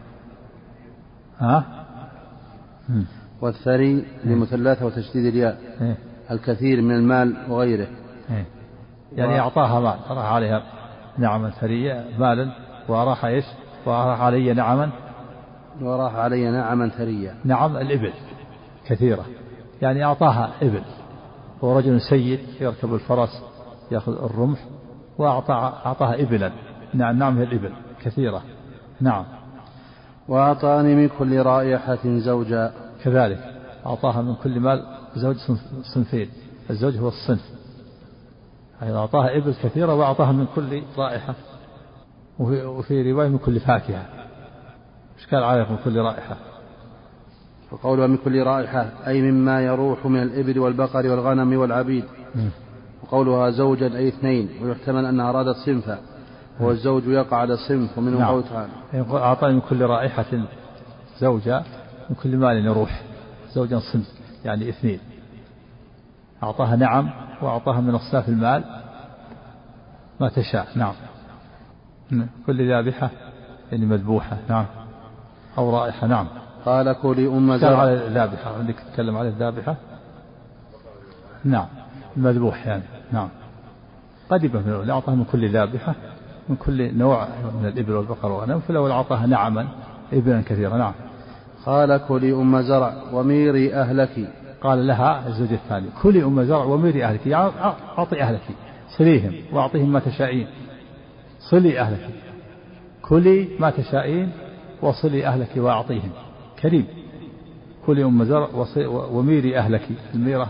Speaker 1: والثري لمثلثة وتشديد الياء. الكثير من المال وغيره.
Speaker 2: يعني أعطاها مال، أراح عليها نعما ثريا مالا، وأراح إيش؟ وأراح علي نعما،
Speaker 1: وأراح علي نعما ثريا.
Speaker 2: نعم الإبل كثيرة، يعني أعطاها إبل، هو رجل سيد يركب الفرس يأخذ الرمح، وأعطاها إبلا. نعم هي الإبل كثيرة. نعم.
Speaker 1: وأعطاني من كل رائحة زوجا.
Speaker 2: كذلك أعطاها من كل مال زوج صنفين، الزوج هو الصنف، يعني أعطاها إبل كثيرة وأعطاها من كل رائحة، وفي رواية من كل فاكهة. إيش قال عليك من كل رائحة؟
Speaker 1: وقولها من كل رائحة أي مما يروح من الإبل والبقر والغنم والعبيد. وقولها زوجا أي اثنين، ويحتمل أنها أرادت صنفا، والزوج يقع على الصنف، ومنه قول تعالى
Speaker 2: أعطاني من كل رائحة زوجا، من كل مال يروح، زوجا صنف يعني اثنين. أعطاها نعم، وأعطاها من أصناف المال ما تشاء. نعم. كل ذابحة يعني مذبوحة. نعم. أو رائحة. نعم.
Speaker 1: قال كلي أم زرع.
Speaker 2: على الذابحة، عندك تتكلم على الذابحة. نعم المذبوح يعني. نعم. قديمة أعطاها من كل ذابحة، من كل نوع من الإبل والبقر والغنم، فلو أعطاها نعما إبلا كثيرا. نعم.
Speaker 1: قال كلي أم زرع وميري أهلك.
Speaker 2: قال لها الزوج الثاني كلي أم زرع وميري أهلك، يعني أعطي أهلك، صليهم وأعطيهم ما تشائين. صلي أهلك، كلي ما تشائين وصلي أهلك وأعطيهم. كريم. كلي أم زرع وميري أهلك. الميرة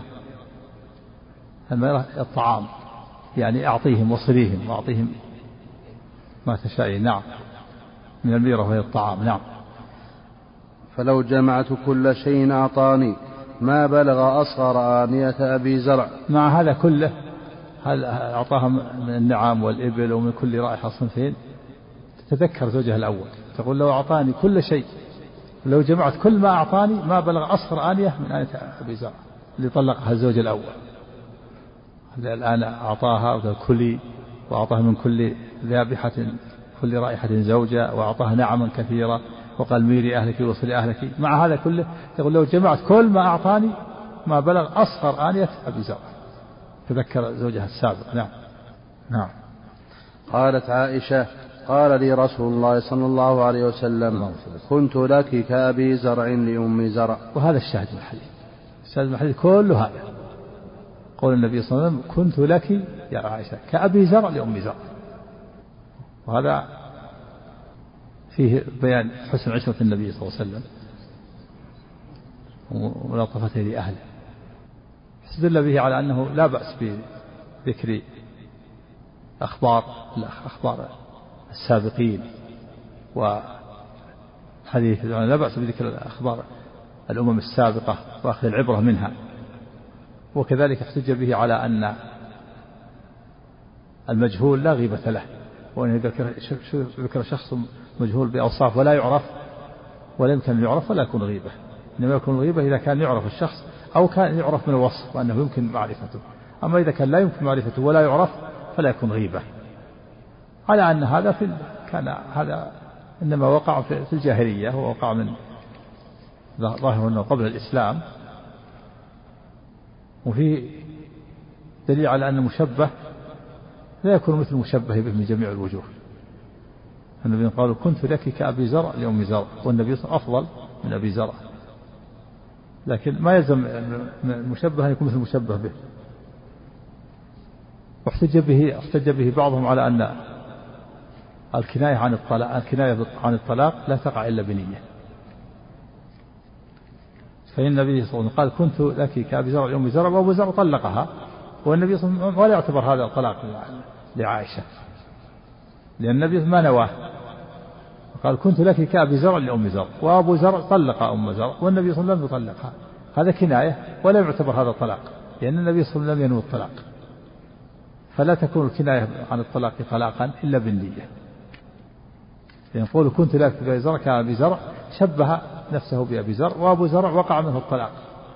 Speaker 2: الطعام، يعني أعطيهم وصليهم وأعطيهم ما تشائين. نعم. من الميرة وهي الطعام. نعم.
Speaker 1: فلو جمعت كل شيء أعطاني ما بلغ أصغر آنية أبي زرع.
Speaker 2: مع هذا كله، هل أعطاها من النعام والإبل ومن كل رائحة صنفين، تتذكر زوجها الأول، تقول لو أعطاني كل شيء، لو جمعت كل ما أعطاني ما بلغ أصغر آنية من آنية أبي زرع اللي طلقها الزوج الأول. الآن أعطاها كلي، وأعطاها من كل ذابحة كل رائحة زوجة، وأعطاها نعما كثيرة، وقال ميري أهلك وصلي أهلك. مع هذا كله تقول لو جمعت كل ما أعطاني ما بلغ أصغر آنية أبي زرع. تذكر زوجها السابق. نعم. نعم.
Speaker 1: قالت عائشة قال لي رسول الله صلى الله عليه وسلم كنت لك كأبي زرع لأم زرع.
Speaker 2: وهذا الشاهد من الحديث. الشاهد من الحديث كل هذا قول النبي صلى الله عليه وسلم كنت لك يا عائشة كأبي زرع لأم زرع. وهذا فيه بيان حسن عشرة النبي صلى الله عليه وسلم وملاطفته لأهله. استدل به على أنه لا بأس بذكر أخبار السابقين وحديث، لا بأس بذكر أخبار الأمم السابقة وأخذ العبرة منها. وكذلك احتج به على أن المجهول لا غيبة له، وأن ذكر شخص مجهول بأوصاف ولا يعرف ولا يمكن أن يعرف ولا يكون غيبة. إنما يكون غيبة إذا كان يعرف الشخص أو كان يعرف من الوصف وأنه يمكن معرفته. أما إذا كان لا يمكن معرفته ولا يعرف فلا يكون غيبة. على أن هذا كان هذا إنما وقع في الجاهلية، ووقع من ظاهر أنه قبل الإسلام. وفي دليل على أن المشبه لا يكون مثل المشبه به من جميع الوجوه. النبي قالوا كنت لك كأبي زرع لأم زرع، والنبي أفضل من أبي زرع، لكن ما يلزم المشبه أن يكون مثل المشبه به. واحتج به بعضهم على أن الكناية عن الطلاق لا تقع إلا بنية. فإن النبي صلى الله عليه وسلم قال كنت لك كأبي زرع لأم زرع، وأبو زرع طلقها، والنبي صلى الله عليه وسلم ولا يعتبر هذا الطلاق لعائشة، لأن النبي ما نواه. قال كنت لك كأبي زرع لأم زرع، وأبو زرع طلق أم زرع، والنبي صلى الله عليه وسلم لم يطلقها. هذا كناية ولا يعتبر هذا طلاق، لأن النبي صلى الله عليه وسلم لم ينوي الطلاق. فلا تكون الكناية عن الطلاق طلاقا إلا بالنية. يقول كنت لا أكتب أبي زرع كان أبي زرع شبه نفسه بأبي زرع، وأبو زرع وقع منه الطلاق.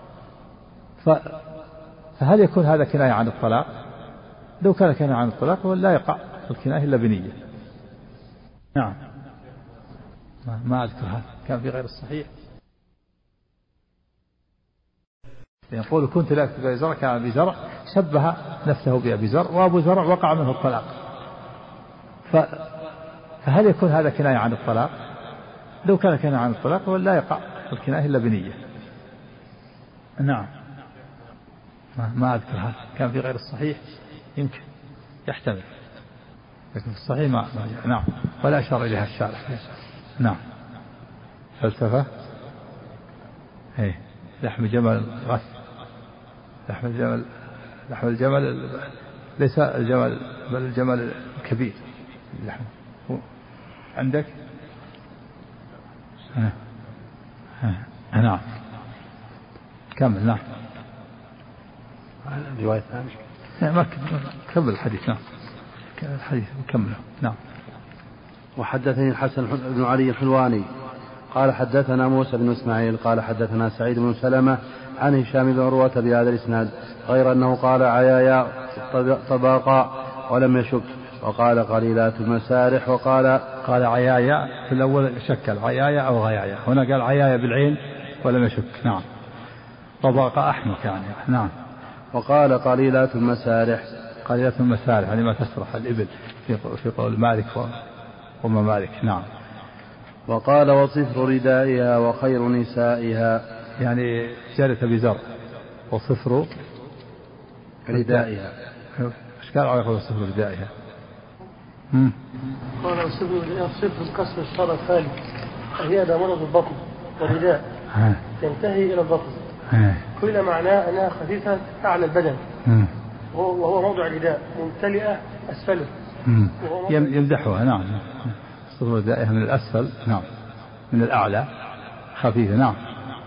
Speaker 2: فهل يكون هذا كناية عن الطلاق؟ لو كان كناية عن الطلاق لا يقع الكناية إلا بنية. نعم ما أذكرها، كان في غير الصحيح. يقول كنت لا أكتب أبي زرع كان أبي زرع شبه نفسه بأبي زرع، وأبو زرع وقع منه الطلاق. فهل يكون هذا كناية عن الطلاق؟ لو كان كناية عن الطلاق لا يقع الكناية إلا بنية. نعم ما أذكرها، كان في غير الصحيح، يمكن يحتمل، لكن في الصحيح ما نعم، ولا أشار إليها الشارع. نعم فلسفة لحم جمل غث، لحم الجمل ليس الجمل بل الجمل الكبير اللحم عندك. نعم كمل. نعم
Speaker 1: الرواية الثانية
Speaker 2: ما كمل الحديث. نعم الحديث كمله. نعم.
Speaker 1: وحدثني الحسن بن علي الحلواني قال حدثنا موسى بن إسماعيل قال حدثنا سعيد بن سلمة عن هشام بن عروة بهذا الإسناد، غير أنه قال عيايا طباقا ولم يشك، وقال قليلات المسارح، وقال
Speaker 2: عيايا في الأول شكل عيايا أو غيايا، هنا قال عيايا بالعين ولم يشك. نعم طباقا أحمق يعني. نعم.
Speaker 1: وقال قليلات المسارح،
Speaker 2: قليلات المسارح يعني ما تسرح الإبل في قول مالك وما مالك. نعم.
Speaker 1: وقال وصفر ردائها وخير نسائها،
Speaker 2: يعني جارة بزر وصفر
Speaker 1: ردائها.
Speaker 2: ايش قال على قول صفر ردائها؟
Speaker 3: قال صفر الكسر الشرط الثالث، هي هذا مرض البطن والرداء تنتهي إلى البطن، كل معناه أنها خفيفة أعلى البدن، وهو موضع الرداء ممتلئة أسفله،
Speaker 2: يمدحها. نعم صفر ردائها من الأسفل، نعم من الأعلى خفيفة. نعم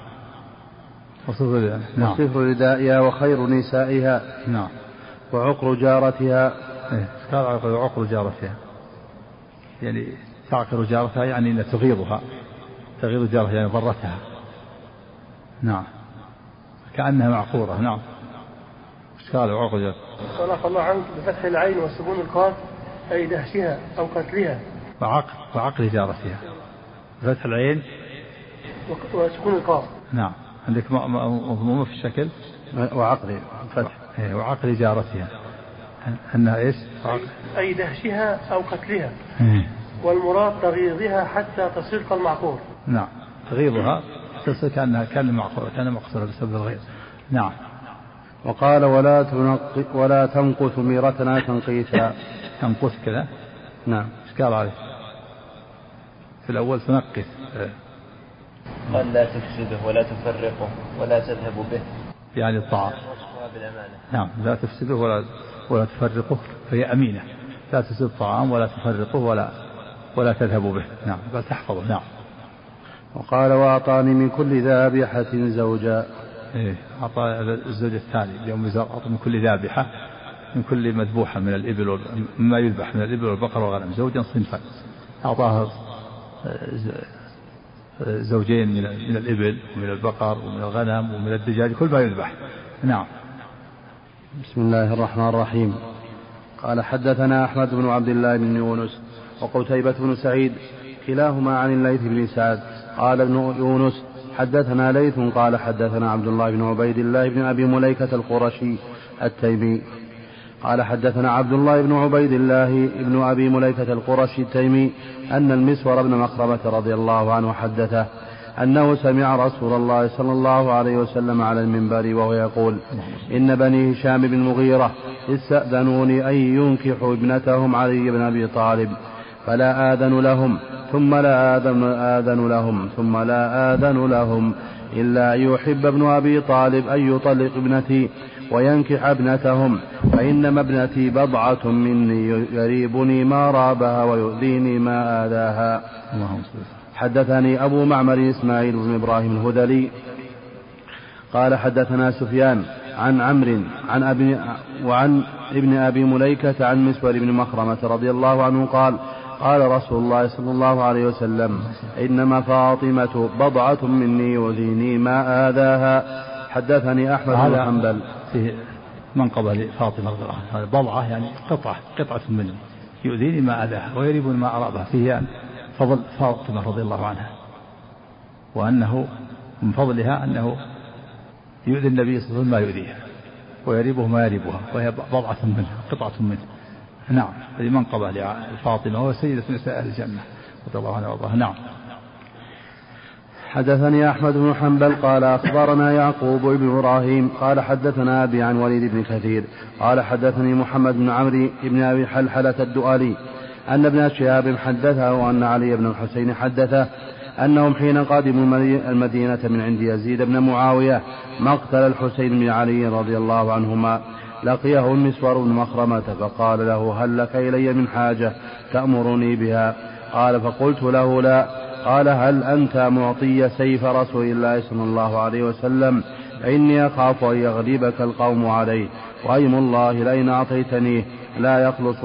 Speaker 1: وصفر ردائها وخير نسائها.
Speaker 2: نعم.
Speaker 1: وعقر جارتها.
Speaker 2: قال عقر جارتها يعني تعقر جارتها يعني أن تغيظها، تغيظ جارتها يعني ضرتها. نعم كأنها معقورة. نعم. ايش قال عقر جارتها؟
Speaker 3: صلح الله عنك بفتح العين وسكون القاف أي دهشها أو قتلها.
Speaker 2: وعقل جارتها فتح العين
Speaker 3: وسكون القاف.
Speaker 2: نعم عندك مضمومة في الشكل
Speaker 1: وعقل فتح.
Speaker 2: وعقل جارتها أنها إيش؟
Speaker 3: أي دهشها أو قتلها. والمراد تغيظها حتى تصير كالمعقور.
Speaker 2: نعم تغيظها تصير كأنها معقورة، كأنها مقصورة بسبب الغيظ. نعم.
Speaker 1: وقال ولا تنقث ميرتنا تنقيثا.
Speaker 2: تنقث كذا.
Speaker 1: نعم.
Speaker 2: ايش قال عليه في الأول؟ تنقث.
Speaker 4: قال لا تفسده ولا تفرقه ولا تذهب به،
Speaker 2: يعني الطعام
Speaker 4: بالأمانة.
Speaker 2: نعم لا تفسده ولا تفرقه، فهي أمينة، لا تفسد الطعام ولا تفرقه ولا تذهب به. نعم بل تحفظه. نعم.
Speaker 1: وقال وأعطاني من كل ذابحة زوجا.
Speaker 2: أعطى الزوج الثاني يوم زرع، أعطى من كل ذابحة، من كل مذبوحة من الإبل مما يذبح من الإبل والبقر والغنم زوجا صنفا، أعطاها زوجين من الإبل ومن البقر ومن الغنم ومن الدجاج كل ما يذبح. نعم.
Speaker 1: بسم الله الرحمن الرحيم. قال حدثنا أحمد بن عبد الله بن يونس وقتيبة بن سعيد كلاهما عن الليث بن سعد قال ابن يونس حدثنا ليث قال حدثنا عبد الله بن عبيد الله بن أبي مليكة القرشي التيمي قال حدثنا عبد الله بن عبيد الله بن أبي مليكة القرشي التيمي أن المسور بن مخرمة رضي الله عنه حدثه أنه سمع رسول الله صلى الله عليه وسلم على المنبر وهو يقول إن بني هشام بن المغيرة استأذنوني أن ينكحوا ابنتهم علي بن أبي طالب فلا آذن لهم ثم لا آذن لهم ثم لا آذن لهم إلا أن يحب ابن أبي طالب أن يطلق ابنتي وينكح ابنتهم فإنما ابنتي بضعة مني يريبني ما رابها ويؤذيني ما آذاها. حدثني أبو معمر إسماعيل بن إبراهيم الهذلي قال حدثنا سفيان عن عمرو وعن ابن أبي مليكة عن مسور بن مخرمة رضي الله عنه قال قال رسول الله صلى الله عليه وسلم إنما فاطمة بضعة مني يؤذيني ما آذاها. حدثني أحمد بن حنبل
Speaker 2: في منقبة لفاطمة رضي الله عنها بضعة يعني قطعة مني يؤذيني ما آذاها ويريبني ما أرابها فيه فضل فاطمة رضي الله عنها وأنه من فضلها أنه يؤذي النبي صلى الله عليه وسلم ما يؤذيها ويريبه ما يريبها وهي بضعة منه قطعة منه. نعم هذه منقبة لفاطمة وهو سيدة نساء أهل الجنة رضي الله عنها وارضاها. نعم.
Speaker 1: حدثني أحمد بن حنبل قال أخبرنا يعقوب بن إبراهيم قال حدثنا أبي عن وليد بن كثير قال حدثني محمد بن عمرو بن أبي حلحلة الدؤلي أن ابن شهاب حدثه وأن علي بن الحسين حدثه أنهم حين قادموا المدينة من عند يزيد بن معاوية مقتل الحسين بن علي رضي الله عنهما لقيه المسور بن مخرمة فقال له هل لك إلي من حاجة تأمرني بها؟ قال فقلت له لا. قال هل أنت معطي سيف رسول الله صلى الله عليه وسلم إني أخاف أن يغلبك القوم عليه وأيم الله لئن أعطيتنيه لا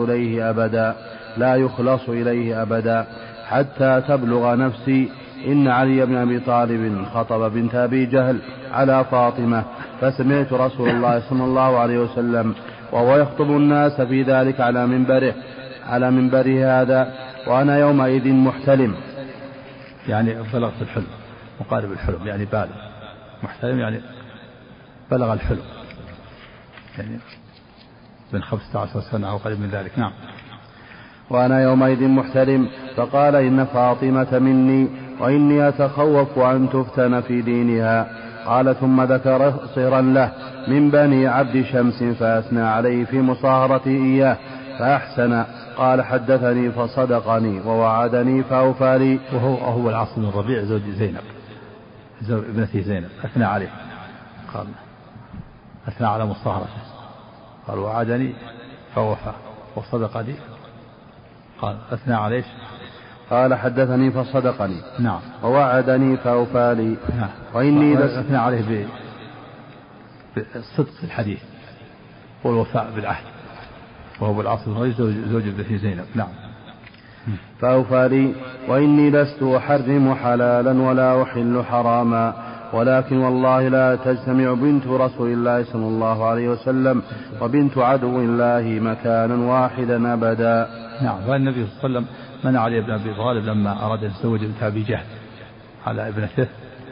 Speaker 1: يخلص إليه أبدا حتى تبلغ نفسي. إن علي بن أبي طالب خطب بنت أبي جهل على فاطمة فسمعت رسول الله صلى الله عليه وسلم وهو يخطب الناس في ذلك على منبره هذا وأنا يومئذ محتلم.
Speaker 2: يعني بلغت الحلم مقارب الحلم يعني بالغ محتلم يعني بلغ الحلم يعني من 15 سنة أو قريب من ذلك. نعم.
Speaker 1: وأنا يومئذ محتلم فقال إن فاطمة مني وإني أتخوف أن تفتن في دينها. قال ثم ذكر صهرا له من بني عبد شمس فأثنى عليه في مصاهرته إياه فأحسن. قال حدثني فصدقني ووعدني فأوفى لي.
Speaker 2: وهو العاص بن الربيع زوج زينب ابنته زينب أثنى عليه قال أثنى على مصاهرته قال وعدني فأوفى وصدقني قال أثنى عليه
Speaker 1: قال حدثني فصدقني.
Speaker 2: نعم.
Speaker 1: ووعدني فأوفى لي.
Speaker 2: نعم.
Speaker 1: وإني
Speaker 2: أثنى عليه بالصدق في الحديث والوفاء بالعهد وهو العاص بن الربيع زوج ابنته زينب. نعم.
Speaker 1: فأوفى لي. وإني لست أحرم حلالا ولا أحل حراما ولكن والله لا تجتمع بنت رسول الله صلى الله عليه وسلم وبنت عدو الله مكانا واحدا أبدا.
Speaker 2: نعم. والنبي صلى الله عليه وسلم منع علي بن أبي طالب لما أراد أن يتزوج بنت أبي جهل على ابنته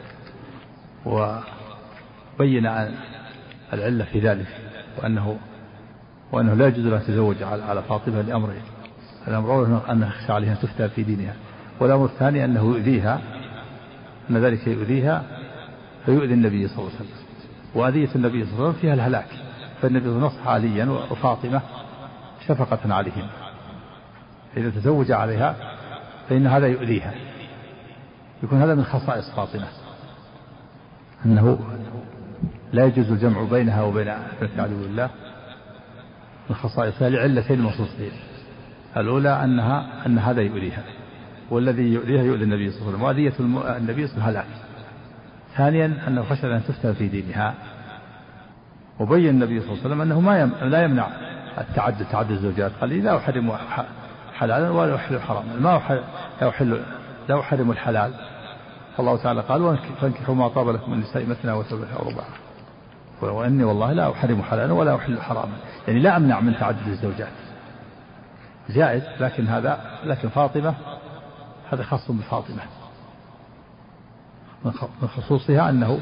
Speaker 2: وبين العلة في ذلك وأنه لا يجوز له التزوج على فاطمة لأمرين. الأمر الأول أنه يخشى عليها تفتى في دينها والأمر الثاني أنه يؤذيها أن ذلك يؤذيها فيؤذي النبي صلى الله عليه وسلم وأذية النبي صلى الله عليه وسلم فيها الهلاك. فالنبي نصح عليا وفاطمة شفقة عليهم إذا تزوج عليها فإن هذا يؤذيها. يكون هذا من خصائص فاطمة أنه لا يجوز الجمع بينها وبين ابنة عدو الله من خصائصها لعلتين مخصوصتين. الأولى أن هذا يؤذيها والذي يؤذيها يؤذي النبي صلى الله عليه وسلم وأذية النبي صلى الله عليه وسلم. ثانيا أنه خشى أن تفتن في دينها وبين النبي صلى الله عليه وسلم أنه لا يمنع تعدد الزوجات. قال لي لا أحرم حلالا ولا أحل حراما لا أحرم الحلال. الله تعالى قال فانكحوا ما طاب لكم من النساء مثنى وثلاث ورباع وإني والله لا أحرم حلالا ولا أحل حراما يعني لا أمنع من تعدد الزوجات جائز لكن فاطمة هذا خاص بفاطمة من خصوصها أنه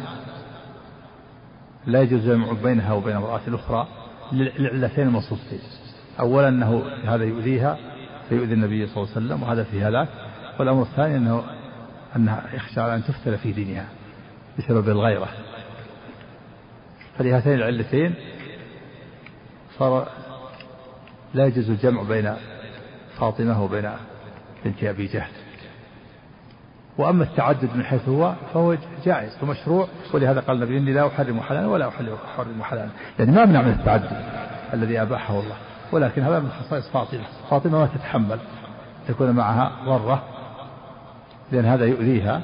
Speaker 2: لا يجوز الجمع بينها وبين امرأة الأخرى لعلتين مخصوصتين. أولا أنه هذا يؤذيها فيؤذي النبي صلى الله عليه وسلم وهذا فيه هلاك. والأمر الثاني أنها يخشى على أن تفتن في دينها بسبب الغيرة. فلهاتين العلتين صار لا يجوز الجمع بين فاطمة وبين بنت أبي جهل. وأما التعدد من حيث فهو جائز ومشروع ولهذا قال النبي إني لا أحرم حلالا ولا أحرم حلالا يعني ما أمنع من التعدد الذي أباحه الله ولكن هذا من خصائص فاطمة ما تتحمل تكون معها ضرة لأن هذا يؤذيها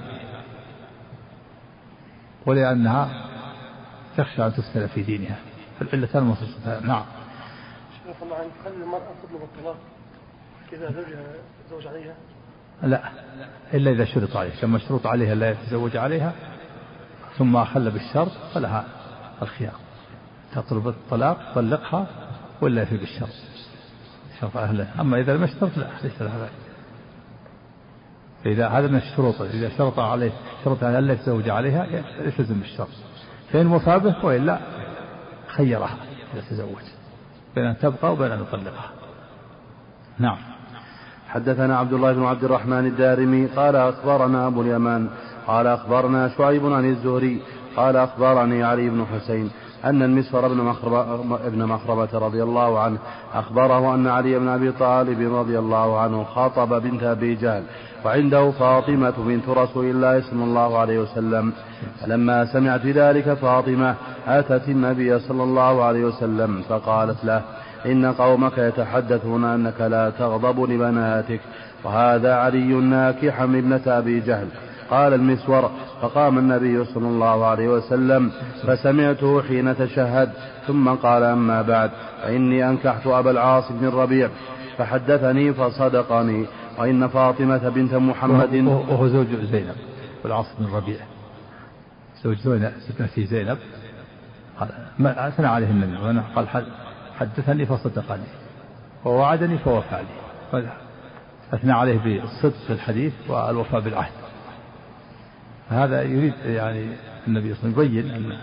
Speaker 2: ولأنها تخشى أن تفتن في دينها فالعلتان المخصوصتان. نعم.
Speaker 3: شيخ الله عنك هل المرأة تطلب الطلاق إذا زوج عليها؟
Speaker 2: لا، إلا إذا شرط عليه، كما مشروط عليها لا يتزوج عليها ثم أخل بالشرط فلها الخيار، تطلب الطلاق طلقها ولا يفي بالشرط شرط أهله. أما إذا لم يشترط لا، ليس لها ذلك. إذا هذا من الشروط، إذا شرط عليه شرط أن لا يتزوج عليها يلتزم بالشرط، فإن وفى به وإلا خيرها إذا تزوج بين أن تبقى وبين أن يطلقها. نعم.
Speaker 1: حدثنا عبد الله بن عبد الرحمن الدارمي قال أخبرنا أبو اليمان قال أخبرنا شعيب عن الزهري قال أخبرني علي بن حسين أن المسور ابن مخرمة رضي الله عنه أخبره أن علي بن أبي طالب رضي الله عنه خاطب بنت أبي جهل وعنده فاطمة بنت رسول الله صلى الله عليه وسلم. فلما سمعت ذلك فاطمة أتت النبي صلى الله عليه وسلم فقالت له: إن قومك يتحدثون أنك لا تغضب لبناتك، وهذا علي ناكحا ابنة أبي جهل. قال المسور: فقام النبي صلى الله عليه وسلم فسمعته حين تشهد، ثم قال: أما بعد، فإني أنكحت أبا العاص بن الربيع فحدثني فصدقني، وإن فاطمة بنت محمد
Speaker 2: وهو زوج زينب والعاص بن الربيع، زوج زينب قال ما أثنى عليه النبي، وأنا قال حدثني فصدقني ووعدني فوفى لي، أثنى عليه بالصدق في الحديث والوفاء بالعهد. هذا يريد يعني النبي صلى الله عليه وسلم يبين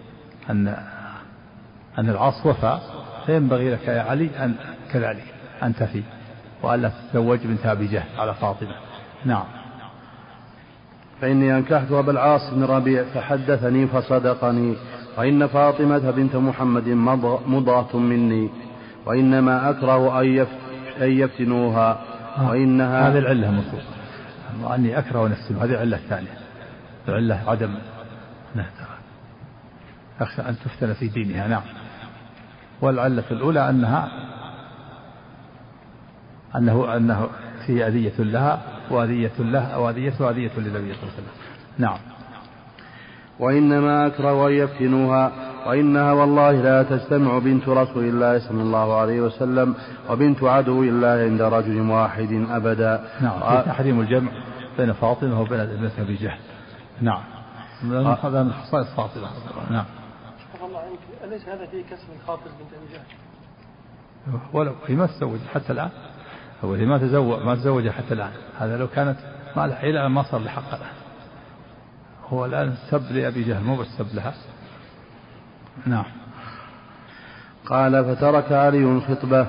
Speaker 2: أن العاص وفى، فينبغي لك يا علي أن كذلك أن تفي وألا تتزوج بنت أبي جهل على فاطمة. نعم.
Speaker 1: فإني أنكحت أبا العاص بن الربيع فحدثني فصدقني، وإن فاطمة بنت محمد مضغة مني، وإنما أكره أن يفتنوها، وإنها
Speaker 2: هذه العلة مصروف، وأني أكره نفسي، هذه العلة الثانية، العلة عدم أخشى أن تفتن في دينها. نعم. والعلة الأولى أنه فيه أذية لها وأذية له وأذية للنبي صلى الله عليه وسلم. نعم.
Speaker 1: وإنما أكره أن يفتنوها، وإنها والله لا تجتمع بنت رسول الله صلى الله عليه وسلم وبنت عدو الله عند رجل واحد أبدا.
Speaker 2: نعم. في تحريم الجمع بين فاطمة وبين ابنة أبي جهل. نعم. هذا من خصائص فاطمة. نعم.
Speaker 3: الله عنك، أليس هذا فيه كسر الخاطر بنت أبي جهل؟
Speaker 2: ولو هي ما تزوج حتى الآن، هو هي ما تزوج حتى الآن، هذا لو كانت ما لها إلى ما صار لحق له، هو الآن سب لأبي جهل مو بس سب لها. نعم.
Speaker 1: قال: فترك علي الخطبة.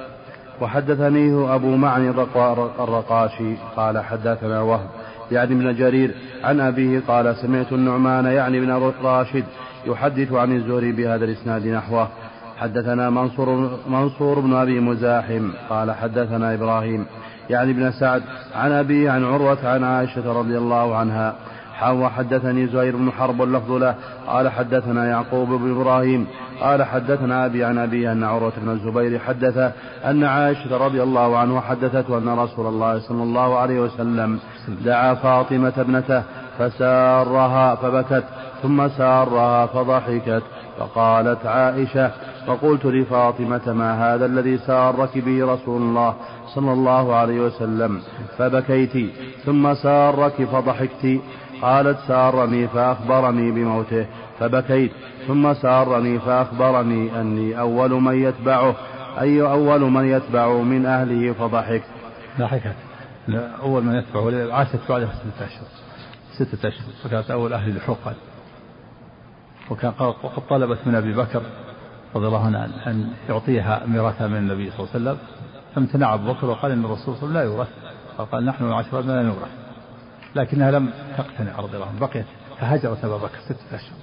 Speaker 1: وحدثنيه أبو معن الرقاشي قال حدثنا وهب يعني بن جرير عن أبيه قال: سمعت النعمان يعني بن راشد يحدث عن الزهري بهذا الإسناد نحوه. حدثنا منصور بن أبي مزاحم قال حدثنا إبراهيم يعني بن سعد عن أبيه عن عروة عن عائشة رضي الله عنها. وحدثني زهير بن حرب اللفظ له قال حدثنا يعقوب بن إبراهيم قال حدثنا أبي عن أبيه أن عروة بن الزبير حدث أن عائشة رضي الله عنه حدثته أن رسول الله صلى الله عليه وسلم دعا فاطمة ابنته فسارها فبكت، ثم سارها فضحكت، فقالت عائشة: فقلت لفاطمة: ما هذا الذي سارك به رسول الله صلى الله عليه وسلم؟ فبكيت، ثم سارك فضحكت. قالت: سارني فأخبرني بموته، فبكيت، ثم سارني فأخبرني أني أول من يتبعه، أي أول من يتبعه من أهله، فضحكت.
Speaker 2: ضحكت. أول من يتبعه عاشت بعد 6 أشهر، فكانت أول أهل لحوقا، وكان قد طلبت من أبي بكر رضي الله عنه أن يعطيها ميراثها من النبي صلى الله عليه وسلم، فامتنع أبو بكر وقال إن الرسول صلى الله عليه وسلم لا يورث، فقال: نحن معاشر لا نورث، لكنها لم تقتنع رضي الله عنه، بقيت فهجرت أبا بكر 6 أشهر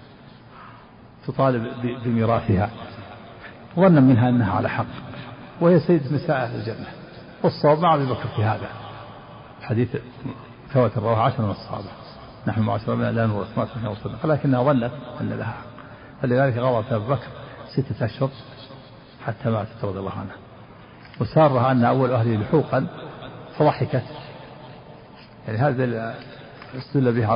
Speaker 2: تطالب بميراثها، ظنا منها أنها على حق، وهي سيد نساء أهل الجنة، والصواب مع أبي بكر في هذا الحديث تواتر رواه 10 من الصحابة: نحن معاشر لا نورث ما تركنا وصلنا، ولكنها ظنت أن لها حق، فلذلك غضبت أبو بكر 6 أشهر حتى ماتت رضي الله عنها، وسارها أن أول أهله لحوقا فضحكت. يعني هذا استدل به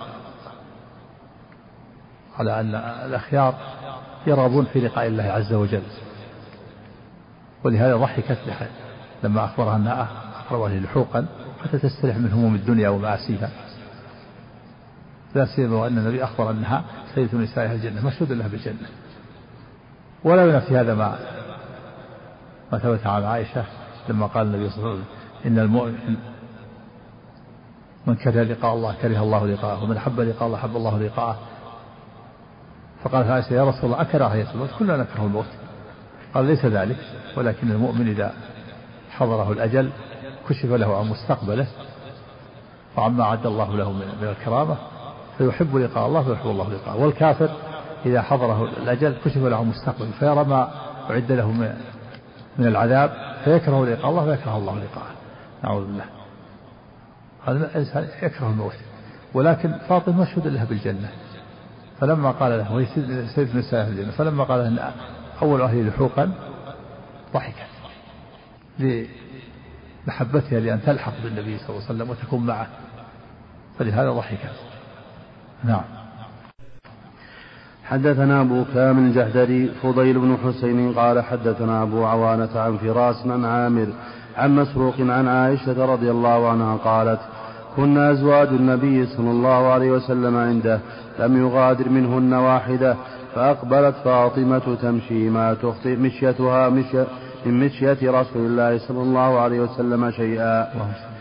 Speaker 2: على أن الأخيار يرغبون في لقاء الله عز وجل، ولهذا ضحكت لما أخبرها أنها أقرب أهله لحوقا حتى تستريح من هموم الدنيا ومآسيها، لا سيما وأن النبي أخبر أنها سيدة نساء أهل الجنة مشهود لها بالجنة. ولا ينفي هذا ما ثبت عن عائشة لما قال النبي صلى الله عليه وسلم إن المؤمن من كره لقاء الله كره الله لقاءه ومن حب لقاء الله حب الله لقاءه. فقالت عائشة يا رسول الله أكراهية الموت؟ كلنا نكره الموت. قال ليس ذلك، ولكن المؤمن إذا حضره الأجل كشف له عن مستقبله وعما أعد الله له من الكرامة فيحب لقاء الله فيحب الله لقاءه. والكافر إذا حضره الأجل كشف له عن مستقبله فيرى ما أعد له من العذاب فيكره لقاء الله فيكره الله لقاءه. نعوذ بالله. هذا الإنسان يكره الموت، ولكن فاطمة مشهود لها بالجنة. فلما قال له وهي سيدة نساء أهل الجنة فلما قال أن أول أهلي لحوقا ضحكت لمحبتها لأن تلحق بالنبي صلى الله عليه وسلم وتكون معه، فلهذا ضحكت. نعم.
Speaker 1: حدثنا أبو كامل الجحدري فضيل بن حسين قال حدثنا أبو عوانة عن فراس عن عامر عن مسروق عن عائشة رضي الله عنها قالت كنا أزواج النبي صلى الله عليه وسلم عنده لم يغادر منهن واحدة، فأقبلت فاطمة تمشي ما تخطئ مشيتها من مشية رسول الله صلى الله عليه وسلم شيئا،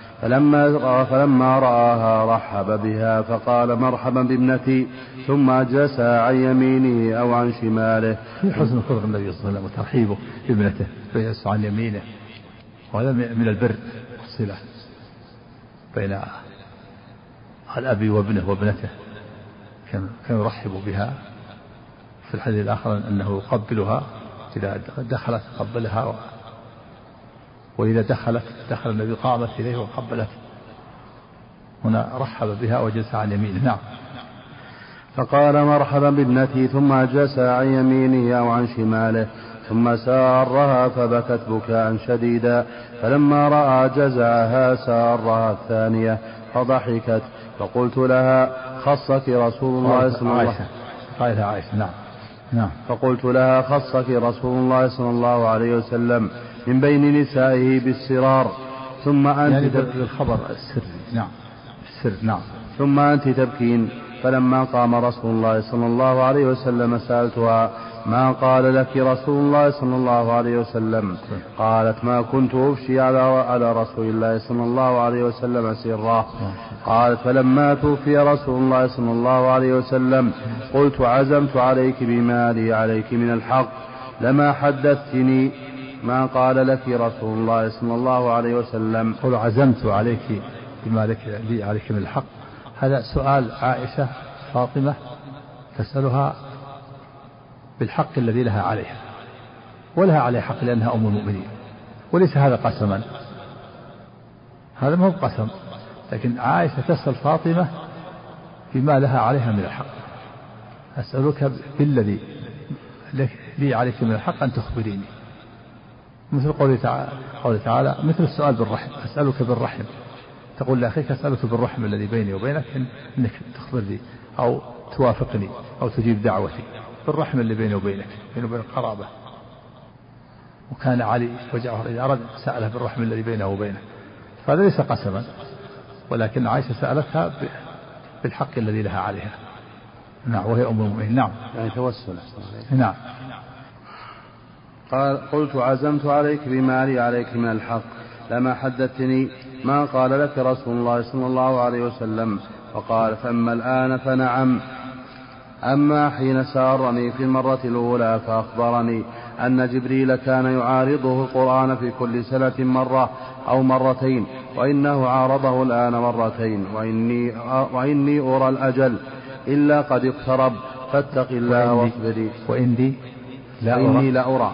Speaker 1: فلما رآها رحب بها فقال مرحبا بابنتي، ثم أجلسها عن يمينه أو عن شماله.
Speaker 2: في حسن خلق النبي صلى الله عليه وسلم وترحيبه بابنته فيجلس عن يمينه، وهذا من البر والصلة بين الأب وابنه وابنته. كان يرحب بها. في الحديث الآخر أنه يقبلها إذا دخلت قبلها، وإذا دخل النبي قامت إليه وقبلت. هنا رحب بها وجلس عن يمينه. نعم.
Speaker 1: فقال مرحبا بابنتي، ثم أجلس عن يمينه أو عن شماله، ثم سارها فبكت بكاء شديدا، فلما رأى جزعها سارها الثانية فضحكت، فقلت لها خصك رسول الله صلى الله عليه وسلم.
Speaker 2: قالها عائشة. نعم.
Speaker 1: فقلت لها خصك رسول الله صلى الله عليه وسلم من بين نسائه بالسرار، ثم أنت
Speaker 2: يعني بالخبر السري. نعم. السر. نعم.
Speaker 1: ثم أنت تبكين. فلما قام رسول الله صلى الله عليه وسلم سألتها ما قال لك رسول الله صلى الله عليه وسلم؟ قالت ما كنت أفشي على رسول الله صلى الله عليه وسلم سرا. قالت فلما توفي رسول الله صلى الله عليه وسلم قلت عزمت عليك بما لي عليك من الحق لما حدثتني ما قال لك رسول الله صلى الله عليه وسلم.
Speaker 2: قل عزمت عليك بما لي عليك من الحق. هذا سؤال عائشة فاطمة تسألها بالحق الذي لها عليها، ولها عليه حق لأنها أم المؤمنين، وليس هذا قسما، هذا ما هو قسم، لكن عائشة تسأل فاطمة بما لها عليها من الحق. أسألك بالذي لي عليك من الحق أن تخبريني، مثل قوله تعالى مثل السؤال بالرحم، أسألك بالرحم، تقول لأخيك أسألك بالرحم الذي بيني وبينك إنك تخبرني أو توافقني أو تجيب دعوتي، بالرحم اللي بيني وبينك، بيني وبين القرابة. وكان علي وجعه إذا أراد سأله بالرحم الذي بينه وبينه، فهذا ليس قسما، ولكن عائشة سألتها بالحق الذي لها عليها. نعم. وهي أم المؤمنين. نعم.
Speaker 1: يعني توسل.
Speaker 2: نعم.
Speaker 1: قلت عزمت عليك بما لي عليك من الحق لما حدثتني ما قال لك رسول الله صلى الله عليه وسلم. فقال فأما الآن فنعم، أما حين سارني في المرة الأولى فأخبرني أن جبريل كان يعارضه القرآن في كل سنة مرة أو مرتين، وإنه عارضه الآن مرتين، وإني أرى الأجل إلا قد اقترب فاتق الله واصبري.
Speaker 2: وإني
Speaker 1: لا أرى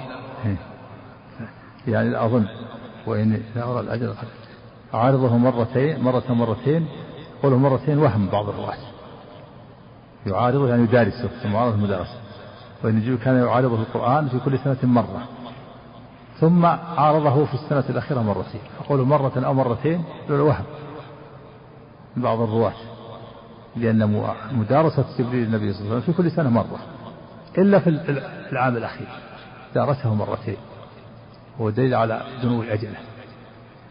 Speaker 2: يعني أظن، وإني لا أرى الأجل قد عارضه مرتين قوله مرتين وهم بعض الرواة، يعارضه يعني يدارسه المعارضة المدارسة، وإن جبريل كان يعارضه القرآن في كل سنة مرة، ثم عارضه في السنة الأخيرة مرتين، فقوله مرة أو مرتين وهم بعض الرواة، لأن مدارسة جبريل النبي صلى الله عليه وسلم في كل سنة مرة، إلا في العام الأخير دارسه مرتين، هو دليل على دنو أجله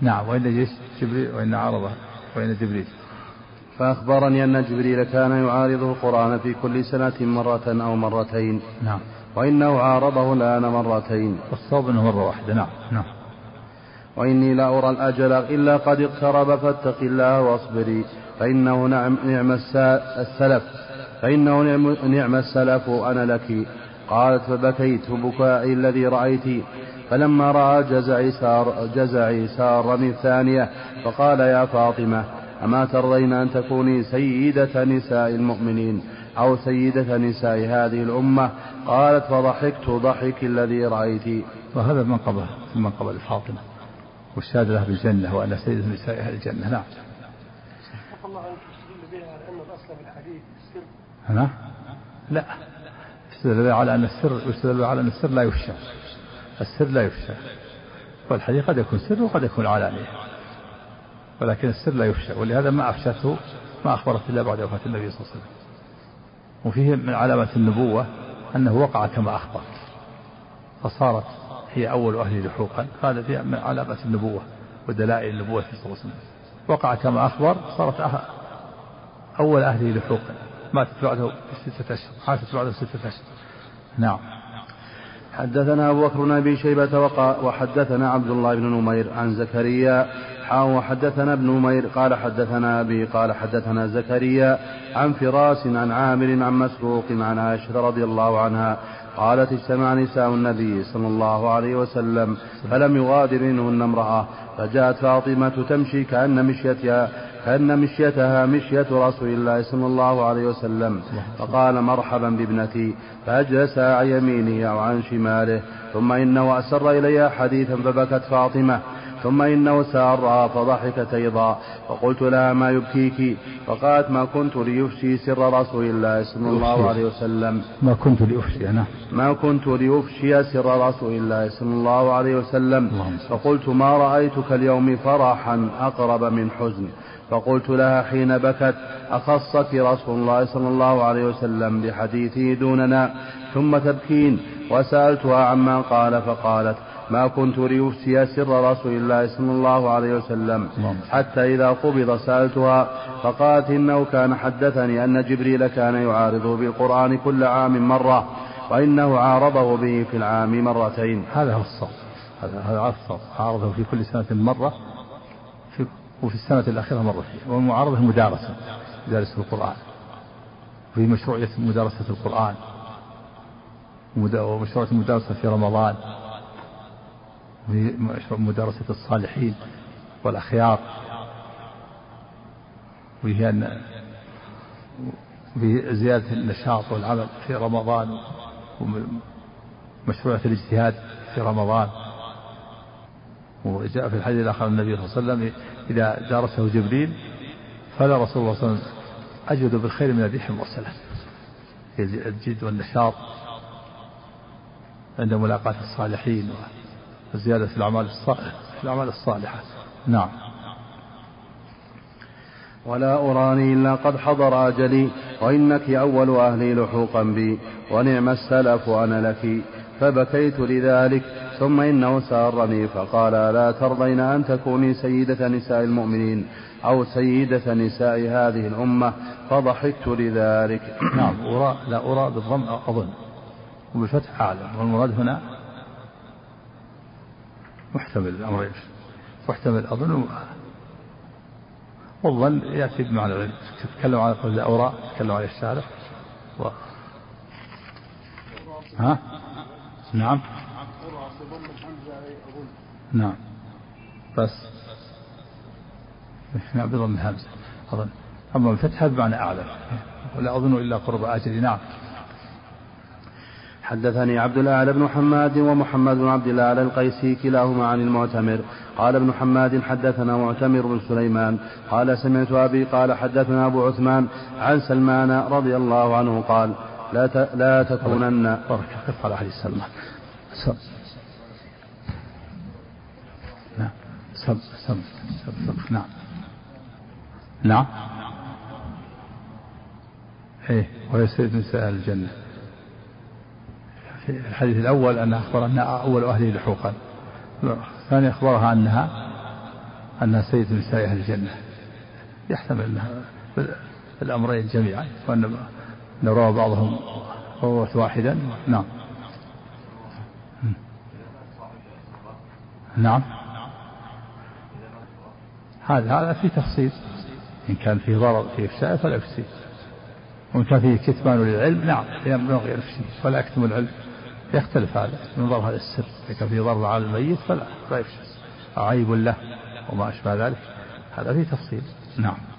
Speaker 2: نعم. وإن جبريل وإن عرضه وإن جبريل.
Speaker 1: فأخبرني أن جبريل كان يعارضه القرآن في كل سنة مرة أو مرتين.
Speaker 2: نعم.
Speaker 1: وإنه عارضه الآن مرتين.
Speaker 2: والصواب أنه مرة واحدة. نعم. نعم.
Speaker 1: وإني لا أرى الأجل إلا قد اقترب فاتق الله واصبري فإنه نعم السلف نعم السلف أنا لك. قالت فبكيت بكائي الذي رأيت. فلما رأى جزعي سارني الثانية فقال يا فاطمة أما ترضين أن تكوني سيدة نساء المؤمنين أو سيدة نساء هذه الأمة؟ قالت فضحكت ضحك الذي رأيت.
Speaker 2: وهذا من قبل فاطمة والشهاد له بالجنة وأنا سيدة نساء أهل الجنة. نعم.
Speaker 3: الله عنك تستدل بها على أن الأصل في الحديث السر.
Speaker 2: لا يستدل على أن السر لا يفشى. السر لا يفشى، والحديث قد يكون سر وقد يكون علانية، ولكن السر لا يفشى، ولهذا ما أفشته ما أخبرت إلا بعد وفاة النبي صلى الله عليه وسلم. وفيه من علامة النبوة أنه وقع كما أخبر فصارت هي أول أهله لحوقا. هذا فيه من علامة النبوة ودلائل النبوة صلى الله عليه وسلم. وقع كما أخبر، صارت أول أهله لحوقا، ماتت بعده 6 أشهر، عاشت بعده 6 أشهر. نعم.
Speaker 1: حدثنا أبو بكر بن أبي شيبة وحدثنا عبد الله بن نمير عن زكريا وحدثنا ابن نمير قال حدثنا أبي قال حدثنا زكريا عن فراس عن عامر عن مسروق عن عائشة رضي الله عنها قالت اجتمع نساء النبي صلى الله عليه وسلم فلم يغادر منهن امرأة، فجاءت فاطمة تمشي كأن مشيتها مشية رسول الله صلى الله عليه وسلم، فقال مرحبا بابنتي، فأجلسها عن يمينه أو عن شماله، ثم إنه أسر إليها حديثا فبكت فاطمة، ثم إنه سارها فضحكت أيضا، فقلت لها ما يبكيك؟ فقالت ما كنت ليفشي سر رسول الله صلى الله عليه وسلم ما كنت ليفشي سر رسول الله صلى الله عليه وسلم. فقلت ما رأيتك اليوم فرحا أقرب من حزن. فقلت لها حين بكت أخصك رسول الله صلى الله عليه وسلم بحديثه دوننا ثم تبكين؟ وسألتها عما قال فقالت ما كنت ليفشي سر رسول الله صلى الله عليه وسلم حتى إذا قبض سألتها فقالت إنه كان حدثني أن جبريل كان يعارضه بالقرآن كل عام مرة، وإنه عارضه به في العام مرتين.
Speaker 2: هذا هو الصواب. هذا الصواب. عارضه في كل سنة مرة وفي السنة الأخيرة مرتين. والمعارضة مدارسة القرآن، وفي مشروعية مدارسة القرآن ومشروعية المدارسة في رمضان، ومدارسة الصالحين والأخيار، وهي بزيادة النشاط والعمل في رمضان، ومشروعية الاجتهاد في رمضان. وجاء في الحديث الآخر النبي صلى الله عليه وسلم إذا دارسه جبريل فلا رسول الله صلى الله عليه وسلم أجود بالخير من الريح المرسلة، الجد والنشاط عند ملاقاة الصالحين وزيادة في الأعمال الصالحة. نعم.
Speaker 1: ولا أراني إلا قد حضر أجلي، وإنك أول أهلي لحوقا بي، ونعم السلف أنا لك. فبكيت لذلك، ثم إنه سارني فقال لا ترضين أن تكوني سيدة نساء المؤمنين أو سيدة نساء هذه الأمة؟ فضحكت لذلك.
Speaker 2: نعم. لا أرى بالضم أظن، وبالفتح أعلم، والمراد هنا محتمل الأمرين، محتمل أظن والظن يأتي بمعنى العلم. تتكلم على قول لا أرى، تتكلم على الشارع نعم. نعم بس نعم بضم الهمزة أظن. أما الفتحة بمعنى أعلم، ولا أظن إلا قرب أجلي. نعم.
Speaker 1: حدثني عبد الأعلى بن حماد ومحمد بن عبد الأعلى القيسي كلاهما عن المعتمر قال ابن حماد حدثنا معتمر بن سليمان قال سمعت أبي قال حدثنا أبو عثمان عن سلمان رضي الله عنه قال لا تكونن
Speaker 2: قف على حديث سلمان. نعم. نعم. إيه وهي سيد نساء الجنة. في الحديث الأول أنها أخبر أنها أول أهله لحوقا، الثاني أخبرها أنها أنها سيد نساء أهل الجنة، يحتمل الأمرين جميعا، وأن روى بعضهم روى واحدا. نعم. نعم، هذا في تفصيل، إن كان فيه ضرر في إفساء فلا يفسي، وإن كان فيه كتمان للعلم نعم ينبغي يفسي ولا يكتم العلم، يختلف هذا من ضرر هذا السر، إذا كان فيه ضرر على الميت فلا يفسي، عيب له وما أشبه ذلك، هذا فيه تفصيل. نعم.